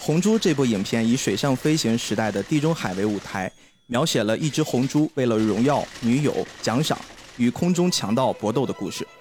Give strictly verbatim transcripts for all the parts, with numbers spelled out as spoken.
红猪》这部影片以水上飞行时代的地中海为舞台，描写了一只红猪为了荣耀、女友、奖赏与空中强盗搏斗的故事。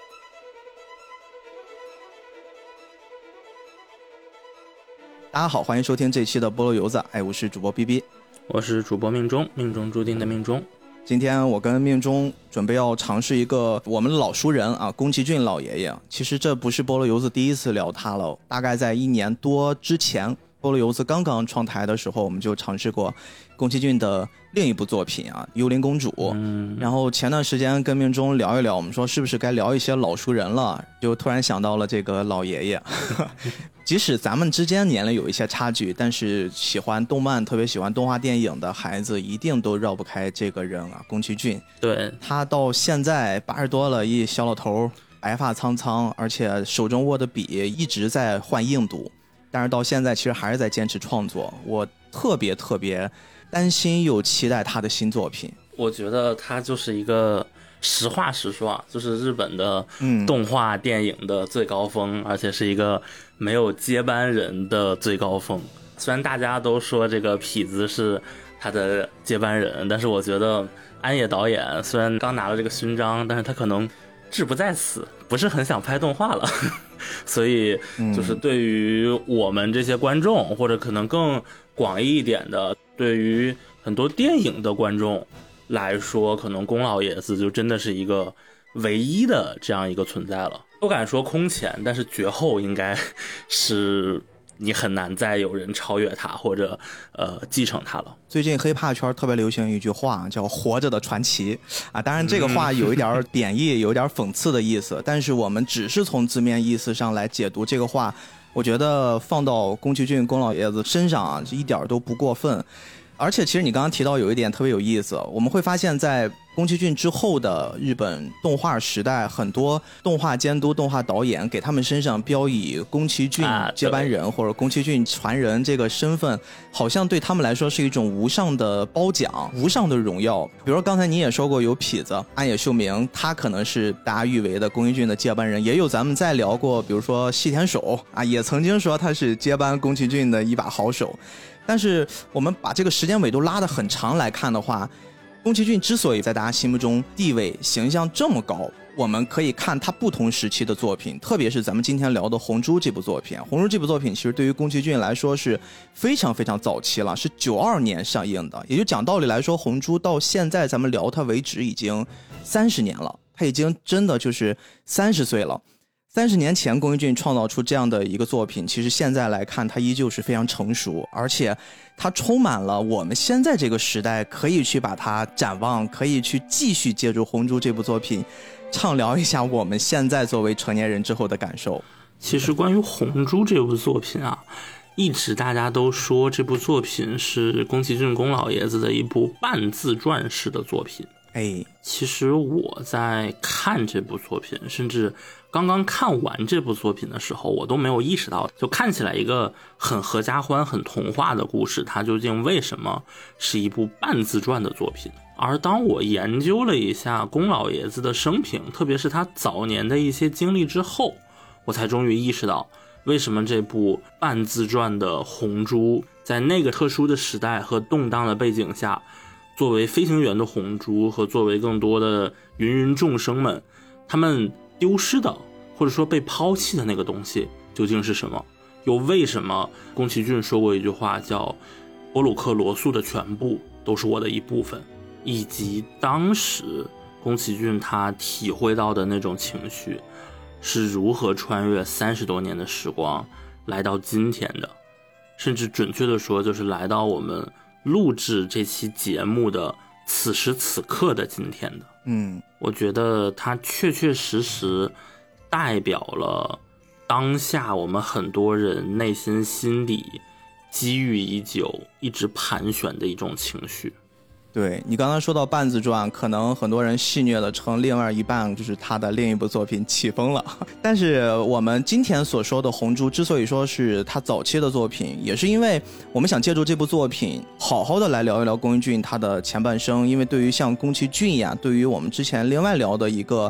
大家好，欢迎收听这期的菠萝油子，哎，我是主播 B B， 我是主播命中，命中注定的命中。 今天我跟命中准备要尝试一个我们的老熟人啊，宫崎骏老爷爷。其实这不是菠萝油子第一次聊他了，大概在一年多之前，菠萝油子刚刚创台的时候，我们就尝试过宫崎骏的另一部作品啊，《幽灵公主》。嗯，然后前段时间跟命中聊一聊，我们说是不是该聊一些老熟人了，就突然想到了这个老爷爷。即使咱们之间年龄有一些差距，但是喜欢动漫特别喜欢动画电影的孩子一定都绕不开这个人啊，宫崎骏。 对， 他到现在八十多了，一小老头，白发苍苍，而且手中握的笔一直在换硬度，但是到现在其实还是在坚持创作。我特别特别担心又期待他的新作品。 我觉得他就是一个实话实说啊，就是日本的动画电影的最高峰、嗯、而且是一个没有接班人的最高峰。虽然大家都说这个痞子是他的接班人，但是我觉得安野导演虽然刚拿了这个勋章，但是他可能志不在此，不是很想拍动画了。所以就是对于我们这些观众、嗯、或者可能更广义一点的，对于很多电影的观众来说，可能宫老爷子就真的是一个唯一的这样一个存在了。不敢说空前，但是绝后应该是你很难再有人超越他或者呃继承他了。 最近黑怕圈特别流行一句话叫活着的传奇啊，当然这个话有一点贬义、嗯、有一点讽刺的意思，但是我们只是从字面意思上来解读这个话，我觉得放到宫崎骏宫老爷子身上啊，一点都不过分。而且其实你刚刚提到有一点特别有意思，我们会发现在宫崎骏之后的日本动画时代，很多动画监督、动画导演给他们身上标以宫崎骏接班人、啊、或者宫崎骏传人这个身份，好像对他们来说是一种无上的褒奖、无上的荣耀。比如说刚才你也说过有痞子安野秀明，他可能是大家誉为的宫崎骏的接班人，也有咱们再聊过比如说细田守啊，也曾经说他是接班宫崎骏的一把好手。但是我们把这个时间纬度拉得很长来看的话，宫崎骏之所以在大家心目中地位形象这么高，我们可以看他不同时期的作品，特别是咱们今天聊的《红猪》这部作品。《红猪》这部作品其实对于宫崎骏来说是非常非常早期了，是九二年上映的，也就讲道理来说，《红猪》到现在咱们聊它为止已经三十年了，他已经真的就是三十岁了。三十年前宫崎骏创造出这样的一个作品，其实现在来看它依旧是非常成熟，而且它充满了我们现在这个时代可以去把它展望，可以去继续借助《红猪》这部作品畅聊一下我们现在作为成年人之后的感受。 其实关于《红猪》这部作品啊，一直大家都说这部作品是宫崎骏宫老爷子的一部半自传式的作品。 哎， 其实我在看这部作品，甚至刚刚看完这部作品的时候，我都没有意识到，就看起来一个很合家欢、很童话的故事，它究竟为什么是一部半自传的作品？而当我研究了一下宫老爷子的生平，特别是他早年的一些经历之后，我才终于意识到，为什么这部半自传的《红猪》在那个特殊的时代和动荡的背景下，作为飞行员的红猪和作为更多的芸芸众生们，他们丢失的或者说被抛弃的那个东西究竟是什么？又为什么宫崎骏说过一句话叫波鲁克罗素的全部都是我的一部分，以及当时宫崎骏他体会到的那种情绪是如何穿越三十多年的时光来到今天的，甚至准确的说就是来到我们录制这期节目的此时此刻的今天的。 嗯， 我觉得它确确实实代表了当下我们很多人内心心底积郁已久一直盘旋的一种情绪。 对，你刚才说到半自传，可能很多人戏谑的称另外一半就是他的另一部作品起风了，但是我们今天所说的红猪之所以说是他早期的作品，也是因为我们想借助这部作品好好的来聊一聊宫崎骏他的前半生。因为对于像宫崎骏呀，对于我们之前另外聊的一个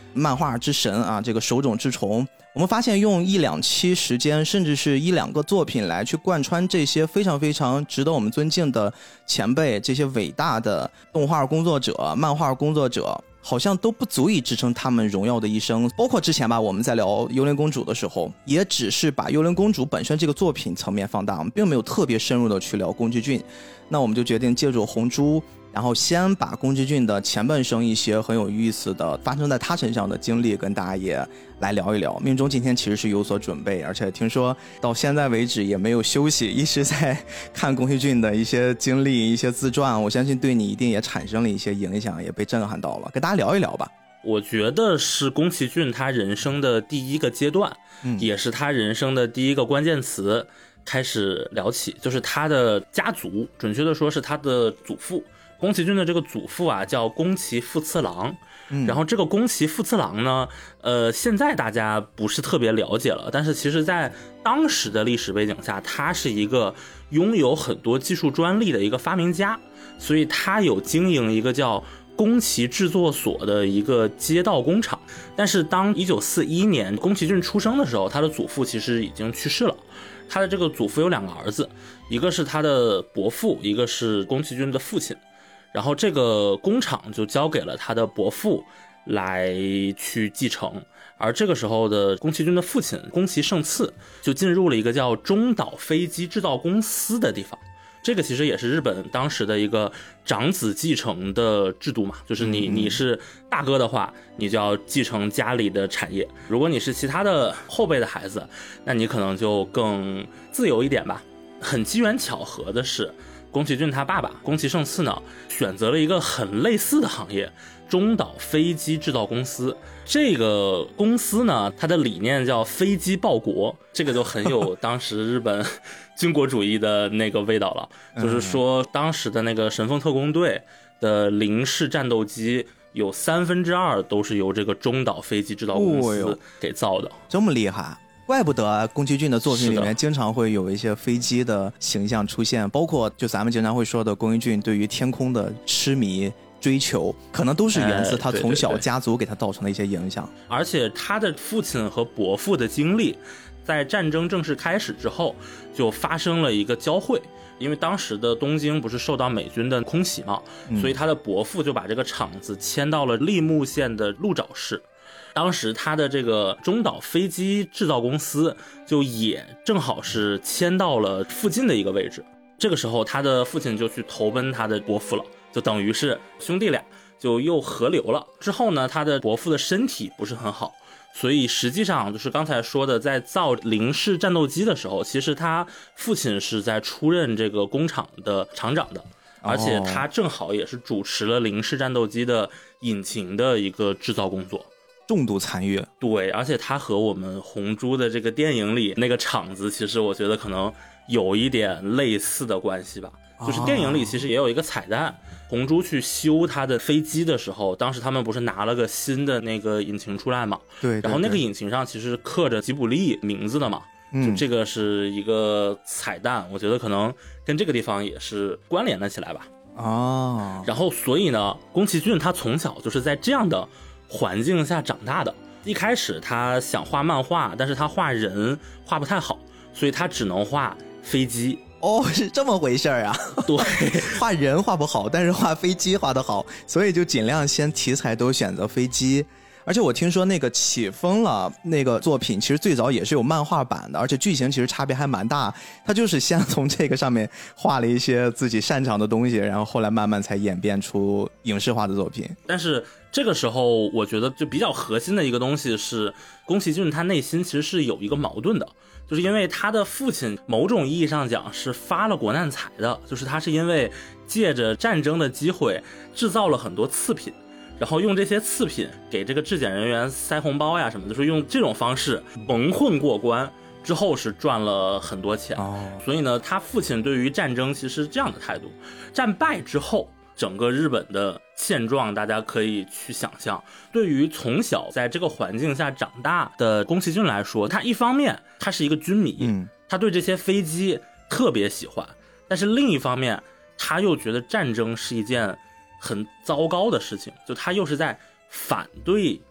漫画之神啊，这个手冢治虫。我们发现用一两期时间，甚至是一两个作品来去贯穿这些非常非常值得我们尊敬的前辈，这些伟大的动画工作者、漫画工作者，好像都不足以支撑他们荣耀的一生。包括之前吧，我们在聊幽灵公主的时候，也只是把幽灵公主本身这个作品层面放大，我们并没有特别深入的去聊宫崎骏。那我们就决定借助红猪，然后先把宫崎骏的前半生一些很有意思的发生在他身上的经历跟大家也来聊一聊。命中今天其实是有所准备，而且听说到现在为止也没有休息，一直在看宫崎骏的一些经历、一些自传，我相信对你一定也产生了一些影响，也被震撼到了。跟大家聊一聊吧。 我觉得是宫崎骏他人生的第一个阶段、嗯、也是他人生的第一个关键词开始聊起，就是他的家族，准确的说是他的祖父。宫崎骏的这个祖父啊叫宫崎富次郎、嗯、然后这个宫崎富次郎呢呃，现在大家不是特别了解了，但是其实在当时的历史背景下，他是一个拥有很多技术专利的一个发明家，所以他有经营一个叫宫崎制作所的一个街道工厂。但是当一九四一年宫崎骏出生的时候，他的祖父其实已经去世了。他的这个祖父有两个儿子，一个是他的伯父，一个是宫崎骏的父亲。然后这个工厂就交给了他的伯父来去继承，而这个时候的宫崎骏的父亲宫崎胜次就进入了一个叫中岛飞机制造公司的地方。这个其实也是日本当时的一个长子继承的制度嘛，就是你你是大哥的话，你就要继承家里的产业，如果你是其他的后辈的孩子，那你可能就更自由一点吧。很机缘巧合的是，宫崎骏他爸爸宫崎胜次呢选择了一个很类似的行业，中岛飞机制造公司。这个公司呢，它的理念叫飞机报国，这个就很有当时日本军国主义的那个味道了。就是说当时的那个神风特工队的零式战斗机有三分之二都是由这个中岛飞机制造公司给造的、哦、 这么厉害。怪不得宫崎骏的作品里面经常会有一些飞机的形象出现，包括就咱们经常会说的宫崎骏对于天空的痴迷追求，可能都是源自他从小家族给他造成的一些影响、哎、对对对。 而且他的父亲和伯父的经历在战争正式开始之后就发生了一个交汇，因为当时的东京不是受到美军的空袭嘛、嗯、所以他的伯父就把这个厂子迁到了立木县的鹿沼市。当时他的这个中岛飞机制造公司就也正好是迁到了附近的一个位置。这个时候他的父亲就去投奔他的伯父了，就等于是兄弟俩就又合流了。之后呢，他的伯父的身体不是很好，所以实际上就是刚才说的，在造零式战斗机的时候，其实他父亲是在出任这个工厂的厂长的，而且他正好也是主持了零式战斗机的引擎的一个制造工作， 重度参与。 对，而且他和我们红猪的这个电影里那个厂子，其实我觉得可能有一点类似的关系吧。就是电影里其实也有一个彩蛋，红猪去修他的飞机的时候，当时他们不是拿了个新的那个引擎出来嘛？ 对, 对, 对。 然后那个引擎上其实刻着吉卜力名字的嘛，就这个是一个彩蛋，我觉得可能跟这个地方也是关联了起来吧。 哦。 然后所以呢，宫崎骏他从小就是在这样的环境下长大的。一开始他想画漫画，但是他画人画不太好，所以他只能画飞机。 哦，是这么回事啊。 对， 画人画不好，但是画飞机画得好，所以就尽量先题材都选择飞机。而且我听说那个起风了那个作品其实最早也是有漫画版的，而且剧情其实差别还蛮大，他就是先从这个上面画了一些自己擅长的东西，然后后来慢慢才演变出影视化的作品。 但是这个时候我觉得就比较核心的一个东西是，宫崎骏他内心其实是有一个矛盾的，就是因为他的父亲某种意义上讲是发了国难财的，就是他是因为借着战争的机会制造了很多次品，然后用这些次品给这个质检人员塞红包呀什么的，就是用这种方式蒙混过关，之后是赚了很多钱、哦、所以呢他父亲对于战争其实是这样的态度。战败之后整个日本的现状大家可以去想象，对于从小在这个环境下长大的宫崎骏来说，他一方面他是一个军迷、嗯、他对这些飞机特别喜欢，但是另一方面他又觉得战争是一件很糟糕的事情，就他又是在反对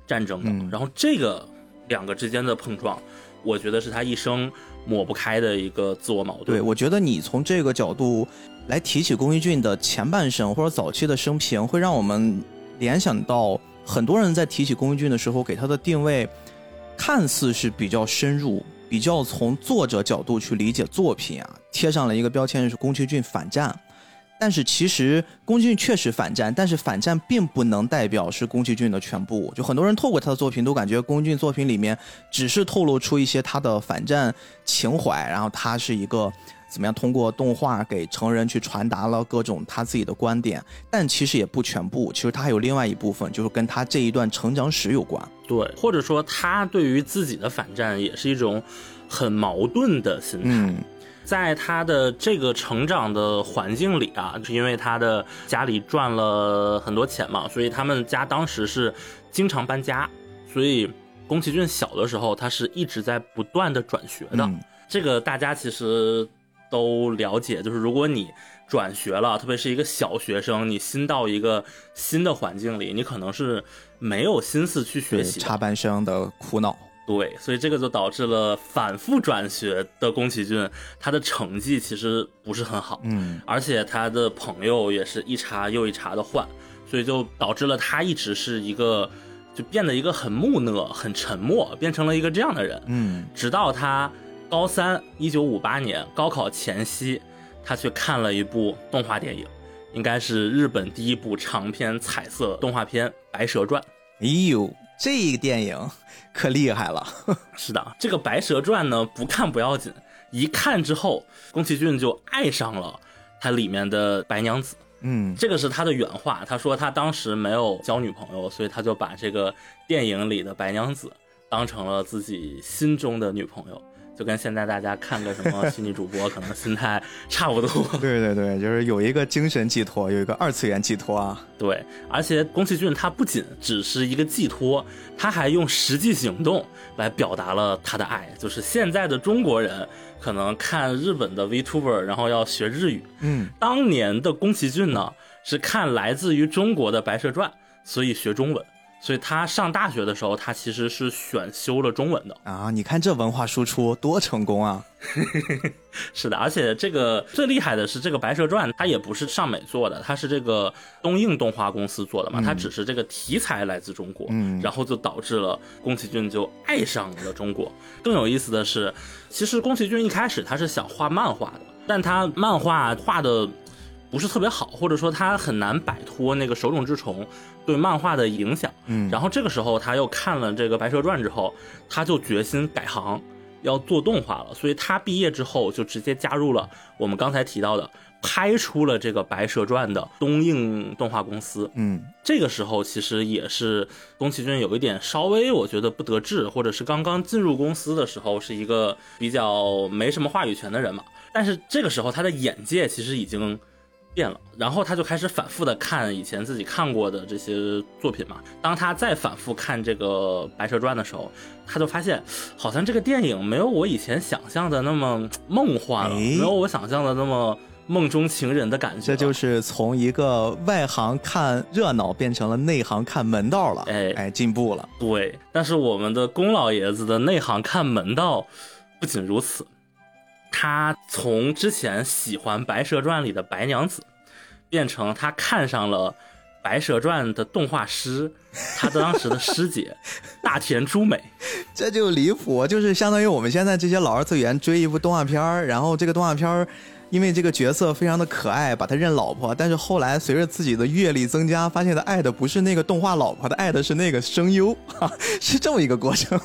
战争的。 嗯、 然后这个两个之间的碰撞，我觉得是他一生抹不开的一个自我矛盾。 对，我觉得你从这个角度来提起宫崎骏的前半生或者早期的生平，会让我们联想到很多人在提起宫崎骏的时候给他的定位看似是比较深入，比较从作者角度去理解作品啊，贴上了一个标签是宫崎骏反战。但是其实宫崎骏确实反战，但是反战并不能代表是宫崎骏的全部。就很多人透过他的作品都感觉宫崎骏作品里面只是透露出一些他的反战情怀，然后他是一个怎么样通过动画给成人去传达了各种他自己的观点，但其实也不全部，其实他还有另外一部分就是跟他这一段成长史有关。 对，或者说他对于自己的反战也是一种很矛盾的心态。 嗯， 在他的这个成长的环境里啊，是因为他的家里赚了很多钱嘛，所以他们家当时是经常搬家，所以宫崎骏小的时候他是一直在不断的转学的。 嗯、 这个大家其实都了解，就是如果你转学了，特别是一个小学生，你新到一个新的环境里，你可能是没有心思去学习的， 插班生的苦恼。 对，所以这个就导致了反复转学的宫崎骏，他的成绩其实不是很好， 嗯， 而且他的朋友也是一茬又一茬的换，所以就导致了他一直是一个就变得一个很木讷、很沉默，变成了一个这样的人。 嗯， 直到他高三，一九五八年高考前夕，他去看了一部动画电影，应该是日本第一部长篇彩色动画片《白蛇传》。 哎呦，这个电影可厉害了。 是的，这个《白蛇传》呢，不看不要紧，一看之后，宫崎骏就爱上了它里面的白娘子。 嗯， 这个是他的原话，他说他当时没有交女朋友，所以他就把这个电影里的白娘子当成了自己心中的女朋友。就跟现在大家看个什么虚拟主播可能心态差不多。 对对对，就是有一个精神寄托，有一个二次元寄托啊。 对，而且宫崎骏他不仅只是一个寄托，他还用实际行动来表达了他的爱。就是现在的中国人可能看日本的 VTuber 然后要学日语， 嗯， 当年的宫崎骏呢是看来自于中国的白蛇传，所以学中文。所以他上大学的时候，他其实是选修了中文的啊！你看这文化输出多成功啊！ 是的，而且这个最厉害的是，这个《白蛇传》它也不是上美做的，它是这个东映动画公司做的嘛，嗯、它只是这个题材来自中国，嗯，然后就导致了宫崎骏就爱上了中国。更有意思的是，其实宫崎骏一开始他是想画漫画的，但他漫画画的不是特别好，或者说他很难摆脱那个手冢治虫对漫画的影响。嗯，然后这个时候他又看了这个《白蛇传》之后，他就决心改行，要做动画了。所以他毕业之后就直接加入了我们刚才提到的拍出了这个《白蛇传》的东映动画公司。嗯，这个时候其实也是宫崎骏有一点稍微我觉得不得志，或者是刚刚进入公司的时候是一个比较没什么话语权的人嘛。但是这个时候他的眼界其实已经变了，然后他就开始反复的看以前自己看过的这些作品嘛。当他再反复看这个《白蛇传》的时候，他就发现好像这个电影没有我以前想象的那么梦幻了，没有我想象的那么梦中情人的感觉。 这就是从一个外行看热闹变成了内行看门道了。哎哎，进步了。 对，但是我们的宫老爷子的内行看门道不仅如此，他从之前喜欢《白蛇传》里的白娘子，变成他看上了《白蛇传》的动画师，他当时的师姐大田朱美。 这就离谱，就是相当于我们现在这些老二次元追一部动画片，然后这个动画片因为这个角色非常的可爱，把他认老婆，但是后来随着自己的阅历增加，发现他爱的不是那个动画老婆，他爱的是那个声优，是这么一个过程。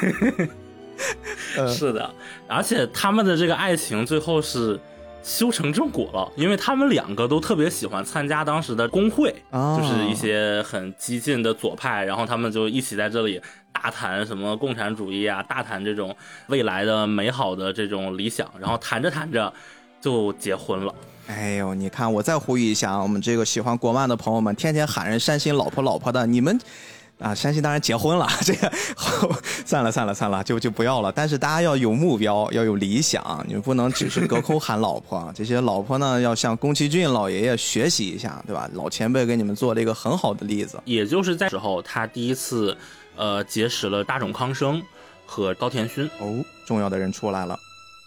是的，而且他们的这个爱情最后是修成正果了，因为他们两个都特别喜欢参加当时的工会，哦、就是一些很激进的左派，然后他们就一起在这里大谈什么共产主义啊，大谈这种未来的美好的这种理想，然后谈着谈着就结婚了。 哎呦，你看，我再呼吁一下，我们这个喜欢国漫的朋友们，天天喊人山新老婆老婆的，你们啊，山新当然结婚了，这个算了算了算了，就就不要了。但是大家要有目标，要有理想，你们不能只是隔空喊老婆。这些老婆呢，要向宫崎骏老爷爷学习一下，对吧？老前辈给你们做了一个很好的例子。 也就是在时候，他第一次呃，结识了大冢康生和高田勋。 哦，重要的人出来了。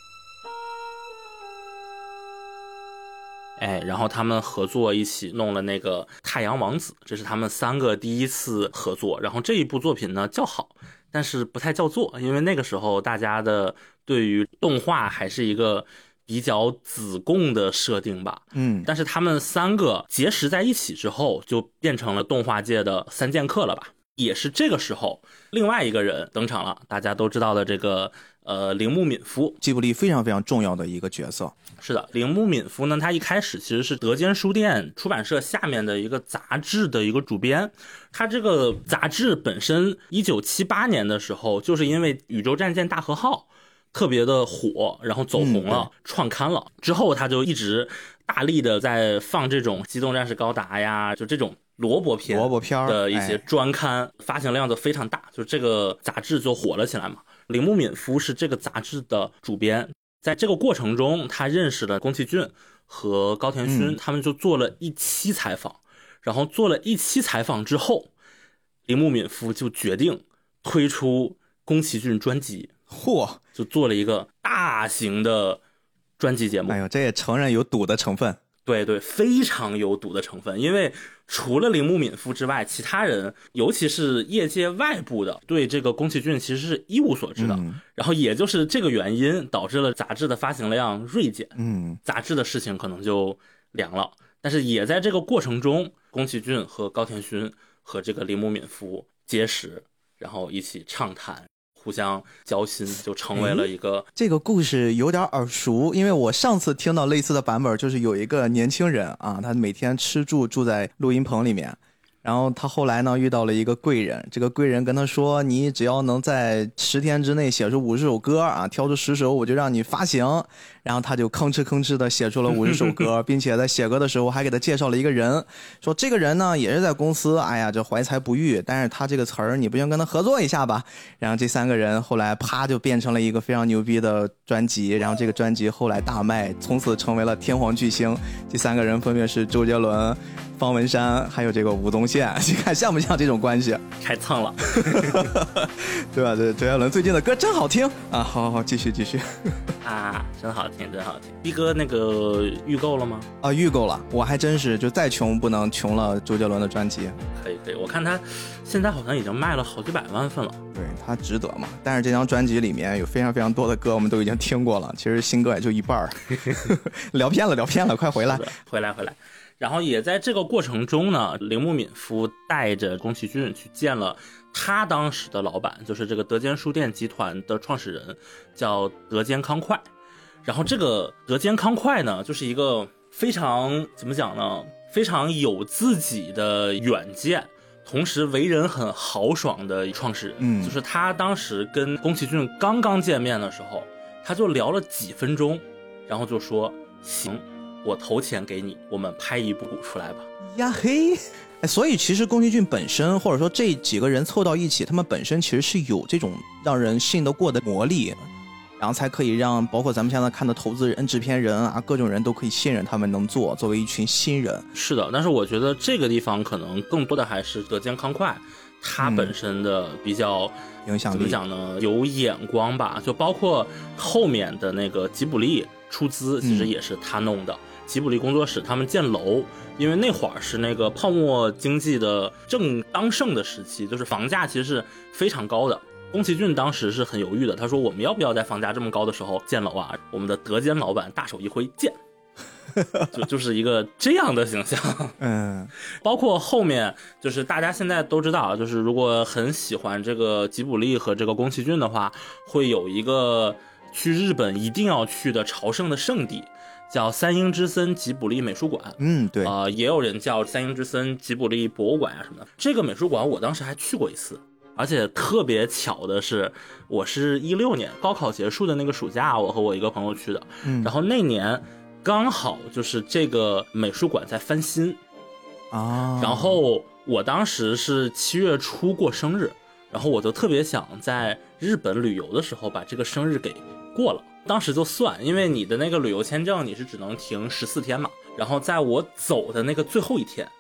哎，然后他们合作一起弄了那个太阳王子，这是他们三个第一次合作。然后这一部作品呢叫好，但是不太叫座，因为那个时候大家的对于动画还是一个比较子贡的设定吧。 嗯， 但是他们三个结识在一起之后，就变成了动画界的三剑客了吧。也是这个时候，另外一个人登场了，大家都知道的这个呃铃木敏夫， 吉卜力非常非常重要的一个角色。 是的，铃木敏夫呢，他一开始其实是德间书店出版社下面的一个杂志的一个主编。他这个杂志本身一九七八年的时候，就是因为宇宙战舰大和号特别的火，然后走红了，嗯、创刊了。之后他就一直大力的在放这种机动战士高达呀，就这种萝卜片萝卜片的一些专刊，哎、发行量就非常大，就这个杂志就火了起来嘛。铃木敏夫是这个杂志的主编。在这个过程中，他认识了宫崎骏和高田勋，嗯、他们就做了一期采访。然后做了一期采访之后，铃木敏夫就决定推出宫崎骏专辑， 嚯， 就做了一个大型的专辑节目。 哎呦，这也承认有赌的成分。 对对，非常有赌的成分，因为除了铃木敏夫之外，其他人尤其是业界外部的对这个宫崎骏其实是一无所知的，嗯、然后也就是这个原因导致了杂志的发行量锐减， 嗯， 杂志的事情可能就凉了。但是也在这个过程中，宫崎骏和高田勋和这个铃木敏夫结识，然后一起畅谈，互相交心，就成为了一个。 这个故事有点耳熟，因为我上次听到类似的版本，就是有一个年轻人啊，他每天吃住住在录音棚里面，然后他后来呢遇到了一个贵人，这个贵人跟他说，你只要能在十天之内写出五十首歌啊，挑出十首我就让你发行。然后他就吭哧吭哧的写出了五十首歌，并且在写歌的时候还给他介绍了一个人，说这个人呢也是在公司，哎呀这怀才不遇，但是他这个词儿你不行跟他合作一下吧。然后这三个人后来啪就变成了一个非常牛逼的专辑，然后这个专辑后来大卖，从此成为了天皇巨星。这三个人分别是周杰伦、方文山还有这个吴宗宪，你看像不像这种关系？ 开蹭了对吧？这周杰伦最近的歌真好听啊！好好好，继续继续啊，真好听真好听。逼哥那个预购了吗？ 啊，预购了，我还真是就再穷不能穷了周杰伦的专辑。 可以可以，我看他现在好像已经卖了好几百万份了。 对，他值得嘛。但是这张专辑里面有非常非常多的歌我们都已经听过了，其实新歌也就一半聊偏了聊偏了，快回来回来回来。然后也在这个过程中呢，铃木敏夫带着宫崎骏去见了他当时的老板，就是这个德间书店集团的创始人，叫德间康快。然后这个德间康快呢，就是一个非常怎么讲呢，非常有自己的远见，同时为人很豪爽的创始人。嗯，就是他当时跟宫崎骏刚刚见面的时候，他就聊了几分钟，然后就说行，我投钱给你，我们拍一部出来吧。 呀嘿，所以其实宫崎骏本身，或者说这几个人凑到一起，他们本身其实是有这种让人信得过的魔力，然后才可以让包括咱们现在看的投资人、制片人啊，各种人都可以信任他们能做，作为一群新人。 是的，但是我觉得这个地方可能更多的还是德间康快他本身的比较影响力， 怎么讲呢？有眼光吧，就包括后面的那个吉卜力出资，其实也是他弄的。嗯、吉卜力工作室他们建楼，因为那会儿是那个泡沫经济的正当盛的时期，就是房价其实是非常高的。宫崎骏当时是很犹豫的，他说我们要不要在房价这么高的时候建楼啊？我们的德间老板大手一挥建。就就是一个这样的形象。 嗯， 包括后面就是大家现在都知道，就是如果很喜欢这个吉卜力和这个宫崎骏的话，会有一个去日本一定要去的朝圣的圣地，叫三鹰之森吉卜力美术馆。 嗯，对， 呃，也有人叫三鹰之森吉卜力博物馆啊什么的。这个美术馆我当时还去过一次，而且特别巧的是，我是一六年高考结束的那个暑假，我和我一个朋友去的。嗯，然后那年刚好就是这个美术馆在翻新啊， 然后我当时是七月初过生日，然后我就特别想在日本旅游的时候把这个生日给过了。当时就算，因为你的那个旅游签证你是只能停十四天嘛，然后在我走的那个最后一天，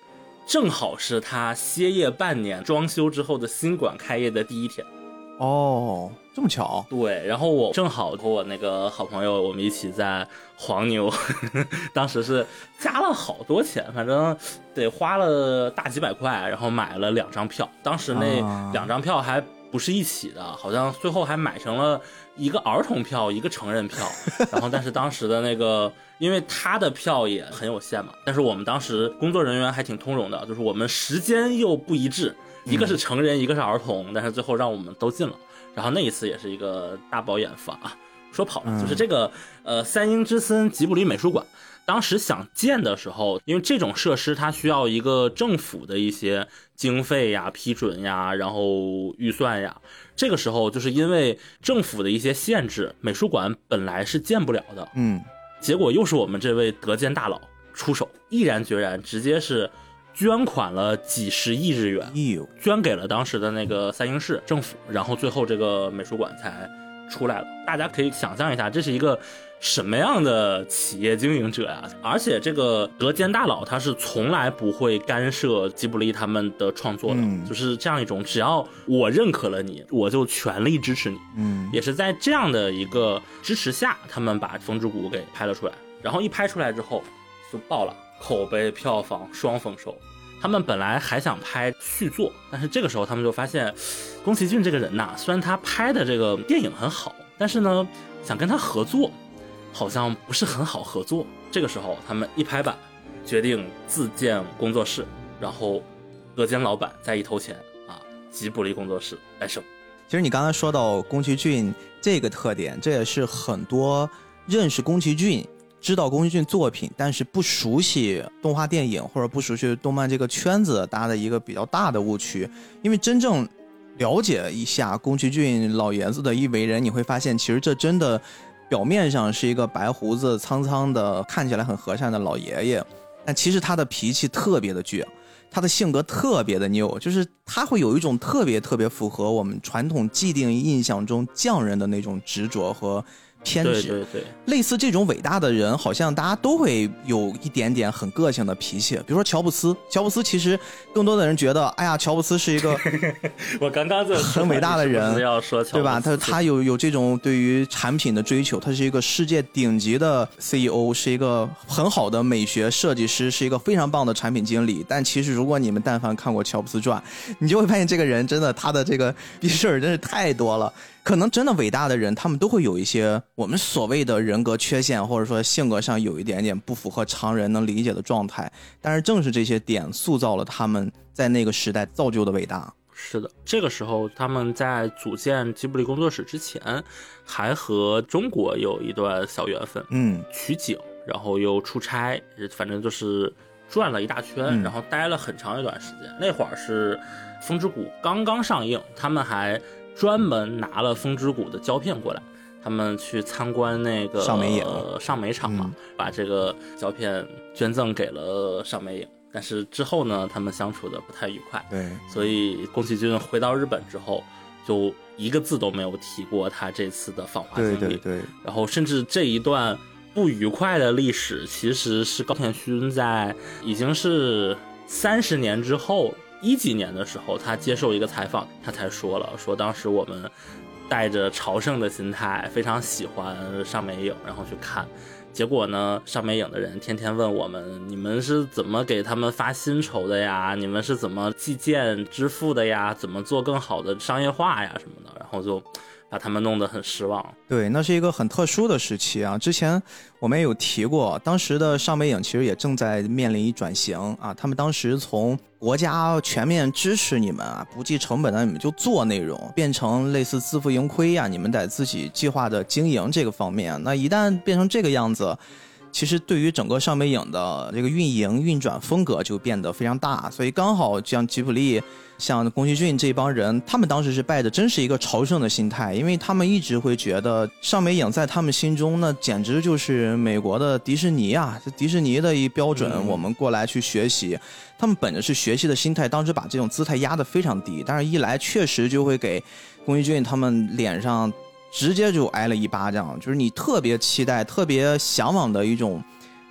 正好是他歇业半年装修之后的新馆开业的第一天。 哦，这么巧。 对，然后我正好和我那个好朋友我们一起在黄牛呵呵当时是加了好多钱，反正得花了大几百块，然后买了两张票。当时那两张票还不是一起的，好像最后还买成了一个儿童票一个成人票。然后但是当时的那个因为他的票也很有限嘛，但是我们当时工作人员还挺通融的，就是我们时间又不一致，一个是成人一个是儿童，但是最后让我们都进了。然后那一次也是一个大饱眼福啊。说跑了，就是这个呃三鹰之森吉卜力美术馆，当时想建的时候，因为这种设施它需要一个政府的一些经费呀、批准呀，然后预算呀。这个时候就是因为政府的一些限制，美术馆本来是建不了的。 嗯， 结果又是我们这位德建大佬出手，毅然决然，直接是捐款了几十亿日元，捐给了当时的那个三鹰市政府，然后最后这个美术馆才出来了。大家可以想象一下，这是一个什么样的企业经营者呀？而且这个德间大佬他是从来不会干涉吉卜力他们的创作的，嗯、就是这样一种只要我认可了你，我就全力支持你。嗯，也是在这样的一个支持下，他们把《风之谷》给拍了出来。然后一拍出来之后就爆了，口碑票房双丰收。他们本来还想拍续作，但是这个时候他们就发现宫崎骏这个人呐，虽然他拍的这个电影很好，但是呢想跟他合作好像不是很好合作。这个时候他们一拍板决定自建工作室，然后德间老板再一投钱啊，吉卜力工作室诞生。 其实你刚才说到宫崎骏这个特点，这也是很多认识宫崎骏知道宫崎骏作品但是不熟悉动画电影或者不熟悉动漫这个圈子搭的一个比较大的误区。因为真正了解一下宫崎骏老爷子的一为人，你会发现其实这真的表面上是一个白胡子苍苍的看起来很和善的老爷爷，但其实他的脾气特别的倔，他的性格特别的拗，就是他会有一种特别特别符合我们传统既定印象中匠人的那种执着和偏执。 对对对， 类似这种伟大的人好像大家都会有一点点很个性的脾气。比如说乔布斯，乔布斯其实更多的人觉得哎呀乔布斯是一个我刚刚就很伟大的人， 是是要说乔布斯， 对吧？他他有有这种对于产品的追求，他是一个世界顶级的 C E O， 是一个很好的美学设计师，是一个非常棒的产品经理。但其实如果你们但凡看过乔布斯传，你就会发现这个人真的他的这个逼事儿真是太多了。可能真的伟大的人他们都会有一些我们所谓的人格缺陷，或者说性格上有一点点不符合常人能理解的状态，但是正是这些点塑造了他们在那个时代造就的伟大。 是的，这个时候他们在组建吉卜力工作室之前还和中国有一段小缘分，嗯，取景然后又出差，反正就是转了一大圈、嗯、然后待了很长一段时间。那会儿是风之谷刚刚上映，他们还专门拿了风之谷的胶片过来，他们去参观那个上美影、 呃、上美厂嘛、嗯，把这个胶片捐赠给了上美影。但是之后呢，他们相处的不太愉快， 对， 所以宫崎骏回到日本之后，就一个字都没有提过他这次的访华经历。 对对对， 然后甚至这一段不愉快的历史，其实是高田勋在已经是三十年之后。一几年的时候，他接受一个采访，他才说了，说当时我们带着朝圣的心态，非常喜欢上美影，然后去看。结果呢，上美影的人天天问我们，你们是怎么给他们发薪酬的呀？你们是怎么计件支付的呀？怎么做更好的商业化呀什么的？然后就把他们弄得很失望。 对，那是一个很特殊的时期啊。之前我们也有提过，当时的上美影其实也正在面临一转型啊。他们当时从国家全面支持你们啊，不计成本的你们就做内容，变成类似自负盈亏呀、啊，你们得自己计划的经营这个方面。那一旦变成这个样子，其实对于整个上美影的这个运营运转风格就变得非常大。所以刚好像吉卜力像宫崎骏这帮人，他们当时是带着真是一个朝圣的心态，因为他们一直会觉得上美影在他们心中那简直就是美国的迪士尼啊，迪士尼的一标准、嗯、我们过来去学习。他们本着是学习的心态，当时把这种姿态压得非常低，但是一来确实就会给宫崎骏他们脸上直接就挨了一巴掌，就是你特别期待特别向往的一种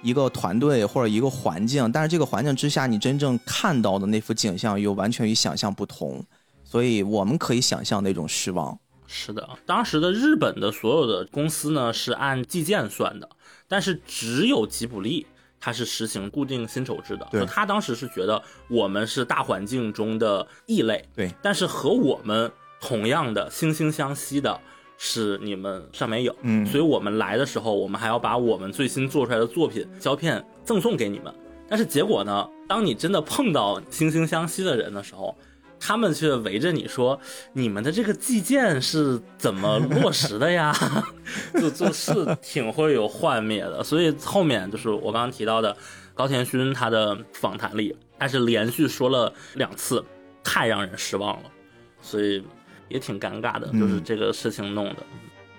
一个团队或者一个环境，但是这个环境之下你真正看到的那幅景象又完全与想象不同，所以我们可以想象那种失望。 是的，当时的日本的所有的公司呢是按季件算的，但是只有吉卜力它是实行固定薪酬制的。 对， 他当时是觉得我们是大环境中的异类， 对， 但是和我们同样的惺惺相惜的是你们上面有， 嗯， 所以我们来的时候，我们还要把我们最新做出来的作品胶片赠送给你们。但是结果呢，当你真的碰到惺惺相惜的人的时候，他们却围着你说你们的这个计件是怎么落实的呀？就就是挺会有幻灭的。所以后面就是我刚刚提到的高田勋他的访谈里，他是连续说了两次太让人失望了，所以也挺尴尬的，就是这个事情弄的。嗯，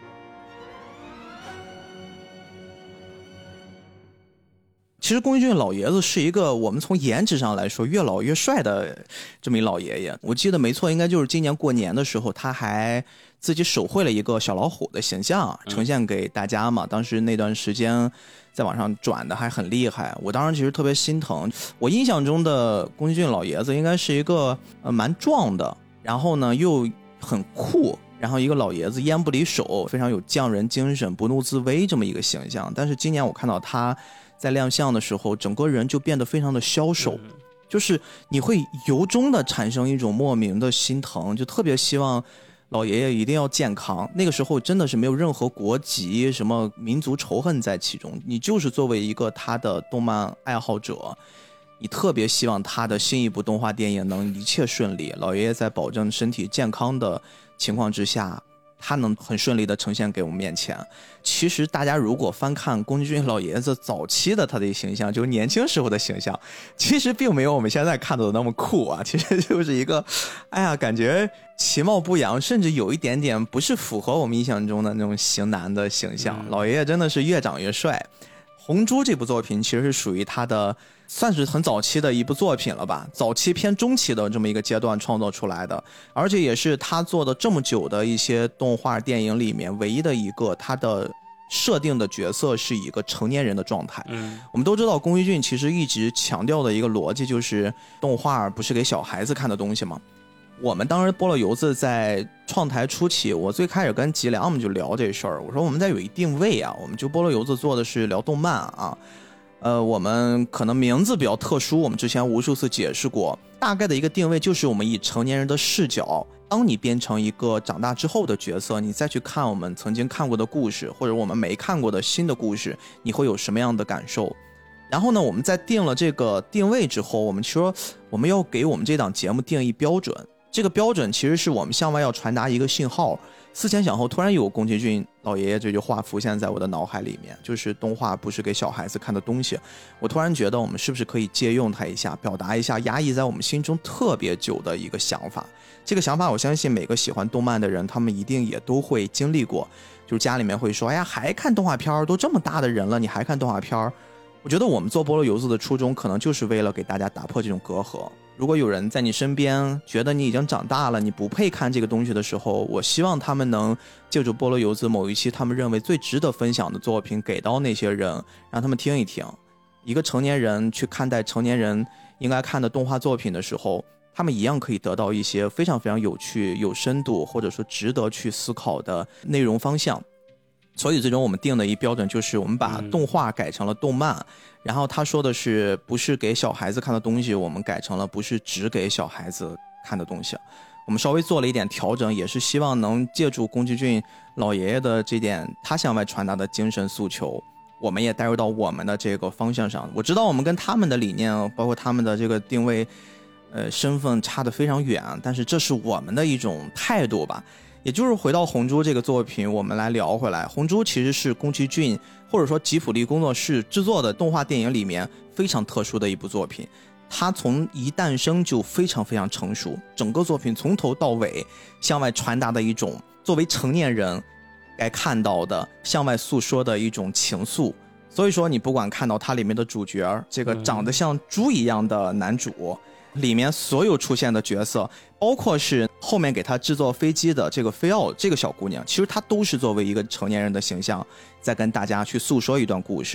其实宫崎骏老爷子是一个我们从颜值上来说越老越帅的这么一老爷爷。我记得没错，应该就是今年过年的时候，他还自己手绘了一个小老虎的形象呈现给大家嘛。当时那段时间在网上转的还很厉害，我当时其实特别心疼。我印象中的宫崎骏老爷子应该是一个呃蛮壮的，然后呢又很酷，然后一个老爷子烟不离手，非常有匠人精神，不怒自威这么一个形象。但是今年我看到他在亮相的时候，整个人就变得非常的消瘦，就是你会由衷的产生一种莫名的心疼，就特别希望老爷爷一定要健康。那个时候真的是没有任何国籍什么民族仇恨在其中，你就是作为一个他的动漫爱好者，你特别希望他的新一部动画电影能一切顺利，老爷爷在保证身体健康的情况之下，他能很顺利的呈现给我们面前。其实大家如果翻看宫崎骏老爷子早期的他的形象，就是年轻时候的形象，其实并没有我们现在看到的那么酷啊，其实就是一个哎呀感觉其貌不扬，甚至有一点点不是符合我们印象中的那种型男的形象。老爷爷真的是越长越帅。红猪这部作品其实是属于他的算是很早期的一部作品了吧，早期偏中期的这么一个阶段创作出来的，而且也是他做的这么久的一些动画电影里面唯一的一个他的设定的角色是一个成年人的状态。 嗯， 我们都知道宫崎骏其实一直强调的一个逻辑就是动画不是给小孩子看的东西吗？我们当时菠萝油子在创台初期，我最开始跟吉良我们就聊这事儿，我说我们在有一定位啊，我们就菠萝油子做的是聊动漫啊，呃，我们可能名字比较特殊，我们之前无数次解释过，大概的一个定位就是我们以成年人的视角，当你变成一个长大之后的角色，你再去看我们曾经看过的故事，或者我们没看过的新的故事，你会有什么样的感受？然后呢，我们在定了这个定位之后，我们说我们要给我们这档节目定义标准。这个标准其实是我们向外要传达一个信号。思前想后，突然有宫崎骏老爷爷这句话浮现在我的脑海里面，就是动画不是给小孩子看的东西。我突然觉得我们是不是可以借用它一下，表达一下压抑在我们心中特别久的一个想法。这个想法我相信每个喜欢动漫的人他们一定也都会经历过，就是家里面会说，哎呀还看动画片，都这么大的人了你还看动画片。我觉得我们做菠萝油子的初衷可能就是为了给大家打破这种隔阂。如果有人在你身边觉得你已经长大了，你不配看这个东西的时候，我希望他们能借助菠萝油子某一期他们认为最值得分享的作品给到那些人，让他们听一听。一个成年人去看待成年人应该看的动画作品的时候，他们一样可以得到一些非常非常有趣有深度或者说值得去思考的内容方向。所以最终我们定的一标准就是我们把动画改成了动漫、嗯、然后他说的是不是给小孩子看的东西，我们改成了不是只给小孩子看的东西。我们稍微做了一点调整，也是希望能借助宫崎骏老爷爷的这点他向外传达的精神诉求，我们也带入到我们的这个方向上。我知道我们跟他们的理念包括他们的这个定位呃，身份差得非常远，但是这是我们的一种态度吧。也就是回到红猪这个作品，我们来聊回来。红猪其实是宫崎骏或者说吉卜力工作室制作的动画电影里面非常特殊的一部作品，它从一诞生就非常非常成熟，整个作品从头到尾向外传达的一种作为成年人该看到的向外诉说的一种情愫。所以说你不管看到它里面的主角，这个长得像猪一样的男主，里面所有出现的角色，包括是后面给他制作飞机的这个菲奥这个小姑娘，其实她都是作为一个成年人的形象在跟大家去诉说一段故事。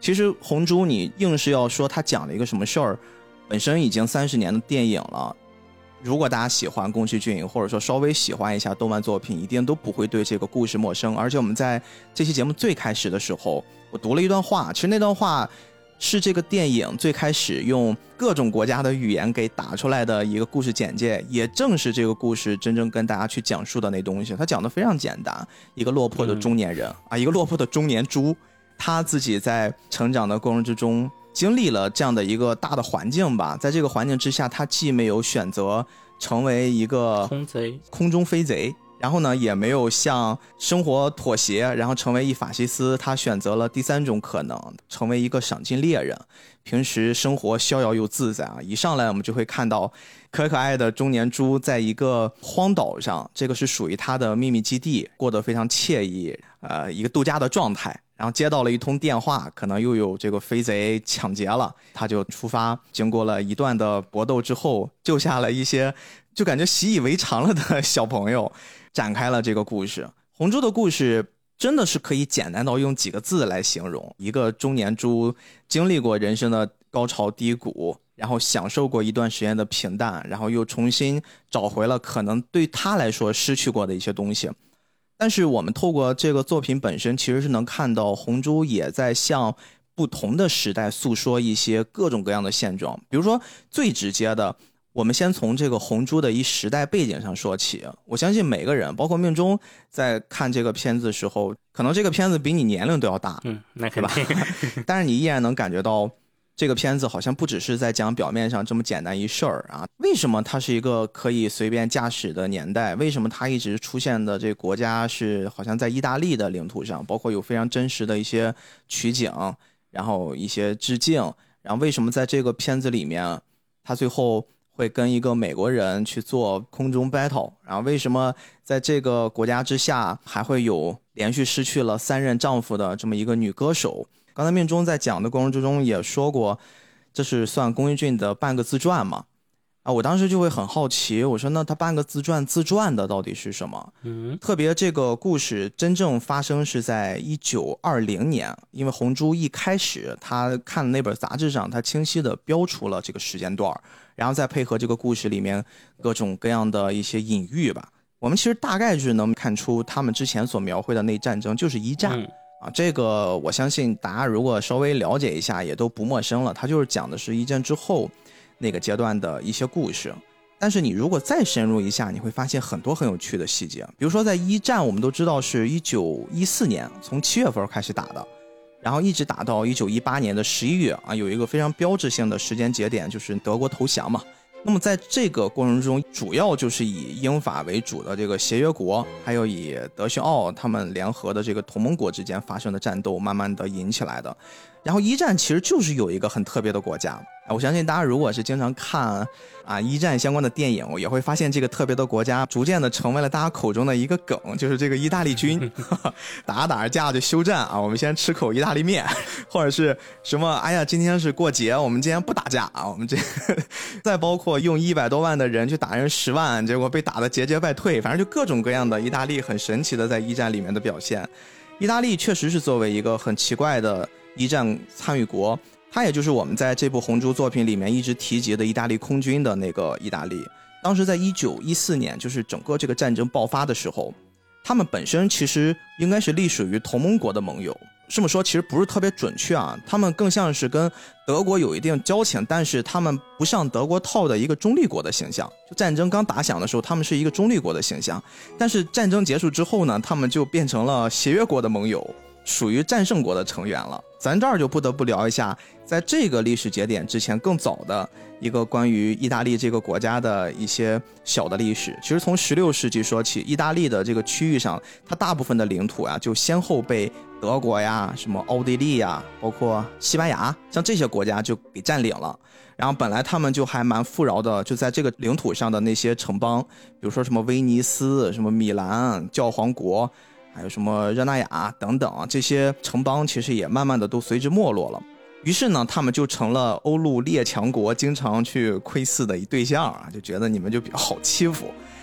其实红猪你硬是要说他讲了一个什么事儿，本身已经三十年的电影了，如果大家喜欢宫崎骏，或者说稍微喜欢一下动漫作品，一定都不会对这个故事陌生。而且我们在这期节目最开始的时候，我读了一段话，其实那段话是这个电影最开始用各种国家的语言给打出来的一个故事简介，也正是这个故事真正跟大家去讲述的那东西。他讲的非常简单，一个落魄的中年人、嗯、啊，一个落魄的中年猪，他自己在成长的过程之中经历了这样的一个大的环境吧，在这个环境之下，他既没有选择成为一个空贼、 空中飞贼，然后呢，也没有向生活妥协，然后成为一法西斯，他选择了第三种可能，成为一个赏金猎人。平时生活逍遥又自在啊！一上来我们就会看到可可爱的中年猪在一个荒岛上，这个是属于他的秘密基地，过得非常惬意，呃，一个度假的状态。然后接到了一通电话，可能又有这个飞贼抢劫了，他就出发，经过了一段的搏斗之后，救下了一些就感觉习以为常了的小朋友，展开了这个故事。红猪的故事真的是可以简单到用几个字来形容，一个中年猪经历过人生的高潮低谷，然后享受过一段时间的平淡，然后又重新找回了可能对他来说失去过的一些东西。但是我们透过这个作品本身，其实是能看到红猪也在向不同的时代诉说一些各种各样的现状。比如说最直接的，我们先从这个红猪的一时代背景上说起。我相信每个人包括命中在看这个片子的时候，可能这个片子比你年龄都要大， 嗯，那肯定但是你依然能感觉到这个片子好像不只是在讲表面上这么简单一事儿啊。为什么它是一个可以随便驾驶的年代？为什么它一直出现的这个国家是好像在意大利的领土上，包括有非常真实的一些取景，然后一些致敬，然后为什么在这个片子里面它最后会跟一个美国人去做空中 battle， 然后为什么在这个国家之下还会有连续失去了三任丈夫的这么一个女歌手？刚才命中在讲的过程之中也说过，这是算宫崎骏的半个自传嘛？啊，我当时就会很好奇，我说那他半个自传自传的到底是什么？ 嗯， 特别这个故事真正发生是在一九二零年，因为红猪一开始他看那本杂志上，他清晰的标出了这个时间段，然后再配合这个故事里面各种各样的一些隐喻吧，我们其实大概是能看出他们之前所描绘的那战争就是一战。嗯啊，这个我相信大家如果稍微了解一下也都不陌生了，它就是讲的是一战之后那个阶段的一些故事。但是你如果再深入一下，你会发现很多很有趣的细节。比如说在一战，我们都知道是一九一四年从七月份开始打的，然后一直打到一九一八年的十一月啊，有一个非常标志性的时间节点，就是德国投降嘛。那么在这个过程中，主要就是以英法为主的这个协约国，还有以德匈奥他们联合的这个同盟国之间发生的战斗，慢慢的引起来的。然后一战其实就是有一个很特别的国家，我相信大家如果是经常看啊一战相关的电影，也会发现这个特别的国家逐渐的成为了大家口中的一个梗，就是这个意大利军打着打着架就休战啊，我们先吃口意大利面，或者是什么哎呀今天是过节，我们今天不打架啊，我们这再包括用一百多万的人去打人十万，结果被打得节节败退，反正就各种各样的意大利很神奇的在一战里面的表现。意大利确实是作为一个很奇怪的一战参与国，它也就是我们在这部红猪作品里面一直提及的意大利空军的那个意大利。当时在一九一四年，就是整个这个战争爆发的时候，他们本身其实应该是隶属于同盟国的盟友，这么说其实不是特别准确啊，他们更像是跟德国有一定交情，但是他们不上德国套的一个中立国的形象。就战争刚打响的时候，他们是一个中立国的形象，但是战争结束之后呢，他们就变成了协约国的盟友，属于战胜国的成员了。咱这儿就不得不聊一下，在这个历史节点之前更早的一个关于意大利这个国家的一些小的历史。其实从十六世纪说起，意大利的这个区域上，它大部分的领土啊，就先后被德国呀、什么奥地利呀，包括西班牙，像这些国家就给占领了。然后本来他们就还蛮富饶的，就在这个领土上的那些城邦，比如说什么威尼斯、什么米兰、教皇国，还有什么热那亚等等啊，这些城邦其实也慢慢的都随之没落了。于是呢，他们就成了欧陆列强国经常去窥伺的一对象啊，就觉得你们就比较好欺负。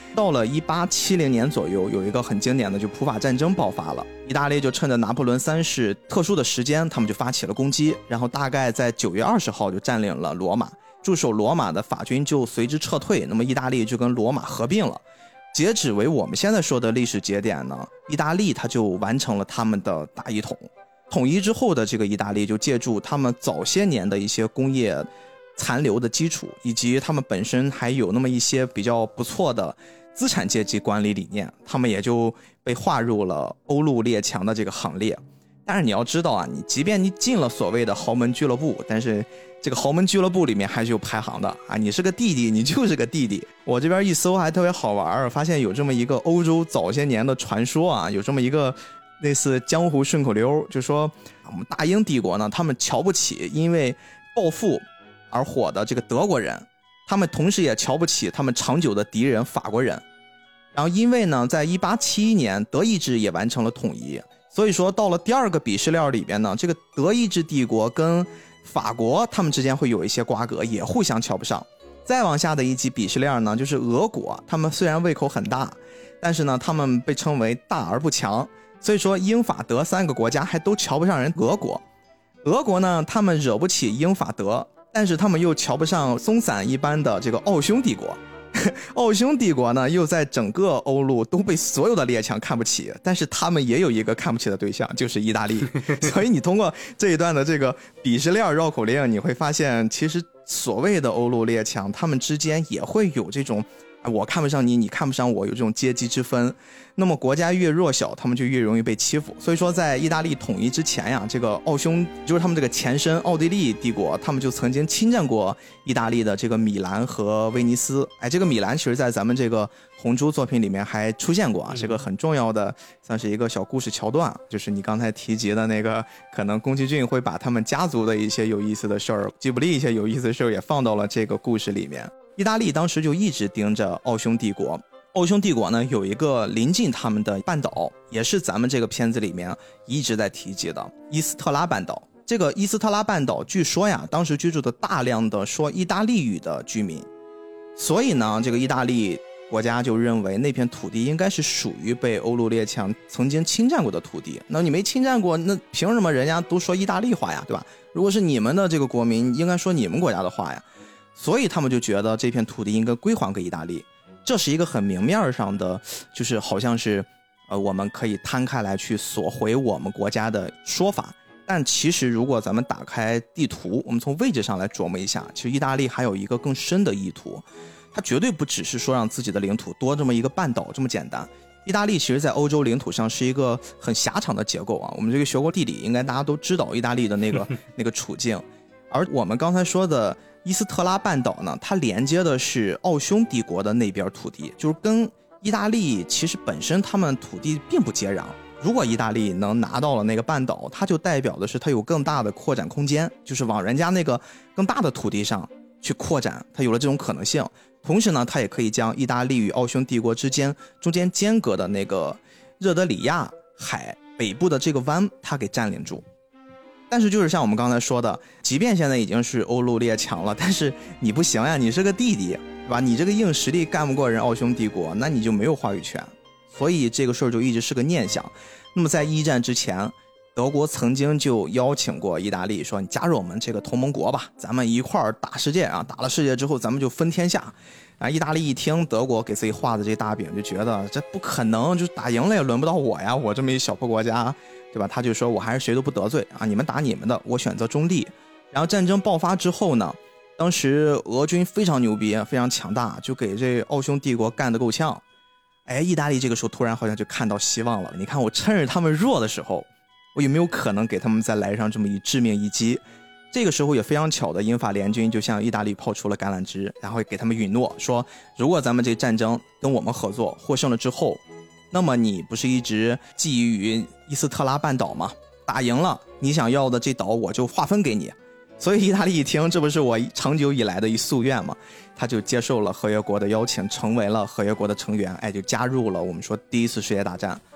到了一八七零年左右，有一个很经典的就普法战争爆发了，意大利就趁着拿破仑三世特殊的时间，他们就发起了攻击，然后大概在九月二十号就占领了罗马，驻守罗马的法军就随之撤退，那么意大利就跟罗马合并了。截止为我们现在说的历史节点呢，意大利它就完成了他们的大一统。统一之后的这个意大利就借助他们早些年的一些工业残留的基础，以及他们本身还有那么一些比较不错的资产阶级管理理念，他们也就被划入了欧陆列强的这个行列。但是你要知道啊，你即便你进了所谓的豪门俱乐部，但是这个豪门俱乐部里面还是有排行的啊！你是个弟弟，你就是个弟弟。我这边一搜还特别好玩，发现有这么一个欧洲早些年的传说啊，有这么一个类似江湖顺口溜，就说我们大英帝国呢，他们瞧不起因为暴富而火的这个德国人，他们同时也瞧不起他们长久的敌人法国人。然后因为呢，在一八七一年德意志也完成了统一，所以说到了第二个鄙视链里边呢，这个德意志帝国跟法国他们之间会有一些瓜葛，也互相瞧不上。再往下的一级鄙视链呢，就是俄国，他们虽然胃口很大，但是呢他们被称为大而不强，所以说英法德三个国家还都瞧不上人俄国。俄国呢，他们惹不起英法德，但是他们又瞧不上松散一般的这个奥匈帝国。奥匈帝国呢，又在整个欧陆都被所有的列强看不起，但是他们也有一个看不起的对象，就是意大利。所以你通过这一段的这个鄙视链绕口令，你会发现其实所谓的欧陆列强，他们之间也会有这种我看不上你，你看不上我，有这种阶级之分。那么国家越弱小，他们就越容易被欺负。所以说在意大利统一之前呀，这个奥匈就是他们这个前身奥地利帝国，他们就曾经侵占过意大利的这个米兰和威尼斯。哎，这个米兰其实在咱们这个红猪作品里面还出现过啊，是个很重要的，算是一个小故事桥段，就是你刚才提及的那个，可能宫崎骏会把他们家族的一些有意思的事儿，吉卜力一些有意思的事儿也放到了这个故事里面。意大利当时就一直盯着奥匈帝国，奥匈帝国呢有一个临近他们的半岛，也是咱们这个片子里面一直在提及的伊斯特拉半岛。这个伊斯特拉半岛据说呀，当时居住的大量的说意大利语的居民，所以呢，这个意大利国家就认为那片土地应该是属于被欧陆列强曾经侵占过的土地。那你没侵占过，那凭什么人家都说意大利话呀，对吧？如果是你们的这个国民，应该说你们国家的话呀。所以他们就觉得这片土地应该归还给意大利，这是一个很明面上的，就是好像是呃我们可以摊开来去索回我们国家的说法。但其实如果咱们打开地图，我们从位置上来琢磨一下，其实意大利还有一个更深的意图，它绝对不只是说让自己的领土多这么一个半岛这么简单。意大利其实在欧洲领土上是一个很狭长的结构啊，我们这个学过地理应该大家都知道意大利的那个那个处境。而我们刚才说的伊斯特拉半岛呢，它连接的是奥匈帝国的那边土地，就是跟意大利其实本身他们土地并不接壤。如果意大利能拿到了那个半岛，它就代表的是它有更大的扩展空间，就是往人家那个更大的土地上去扩展，它有了这种可能性。同时呢，它也可以将意大利与奥匈帝国之间中间间隔的那个热德里亚海北部的这个湾，它给占领住。但是就是像我们刚才说的，即便现在已经是欧陆列强了，但是你不行呀，你是个弟弟，对吧？你这个硬实力干不过人奥匈帝国，那你就没有话语权。所以这个事儿就一直是个念想。那么在一战之前，德国曾经就邀请过意大利说，你加入我们这个同盟国吧，咱们一块儿打世界啊！打了世界之后，咱们就分天下。啊，意大利一听德国给自己画的这大饼，就觉得这不可能，就打赢了也轮不到我呀，我这么一小破国家，对吧？他就说我还是谁都不得罪啊，你们打你们的，我选择中立。然后战争爆发之后呢，当时俄军非常牛逼，非常强大，就给这奥匈帝国干得够呛。哎，意大利这个时候突然好像就看到希望了，你看我趁着他们弱的时候，我有没有可能给他们再来上这么一致命一击？这个时候也非常巧的，英法联军就向意大利抛出了橄榄枝，然后给他们允诺说，如果咱们这战争跟我们合作获胜了之后，那么你不是一直觊觎于伊斯特拉半岛吗？打赢了，你想要的这岛我就划分给你。所以意大利一听，这不是我长久以来的一夙愿吗？他就接受了合约国的邀请，成为了合约国的成员，哎，就加入了我们说第一次世界大战。然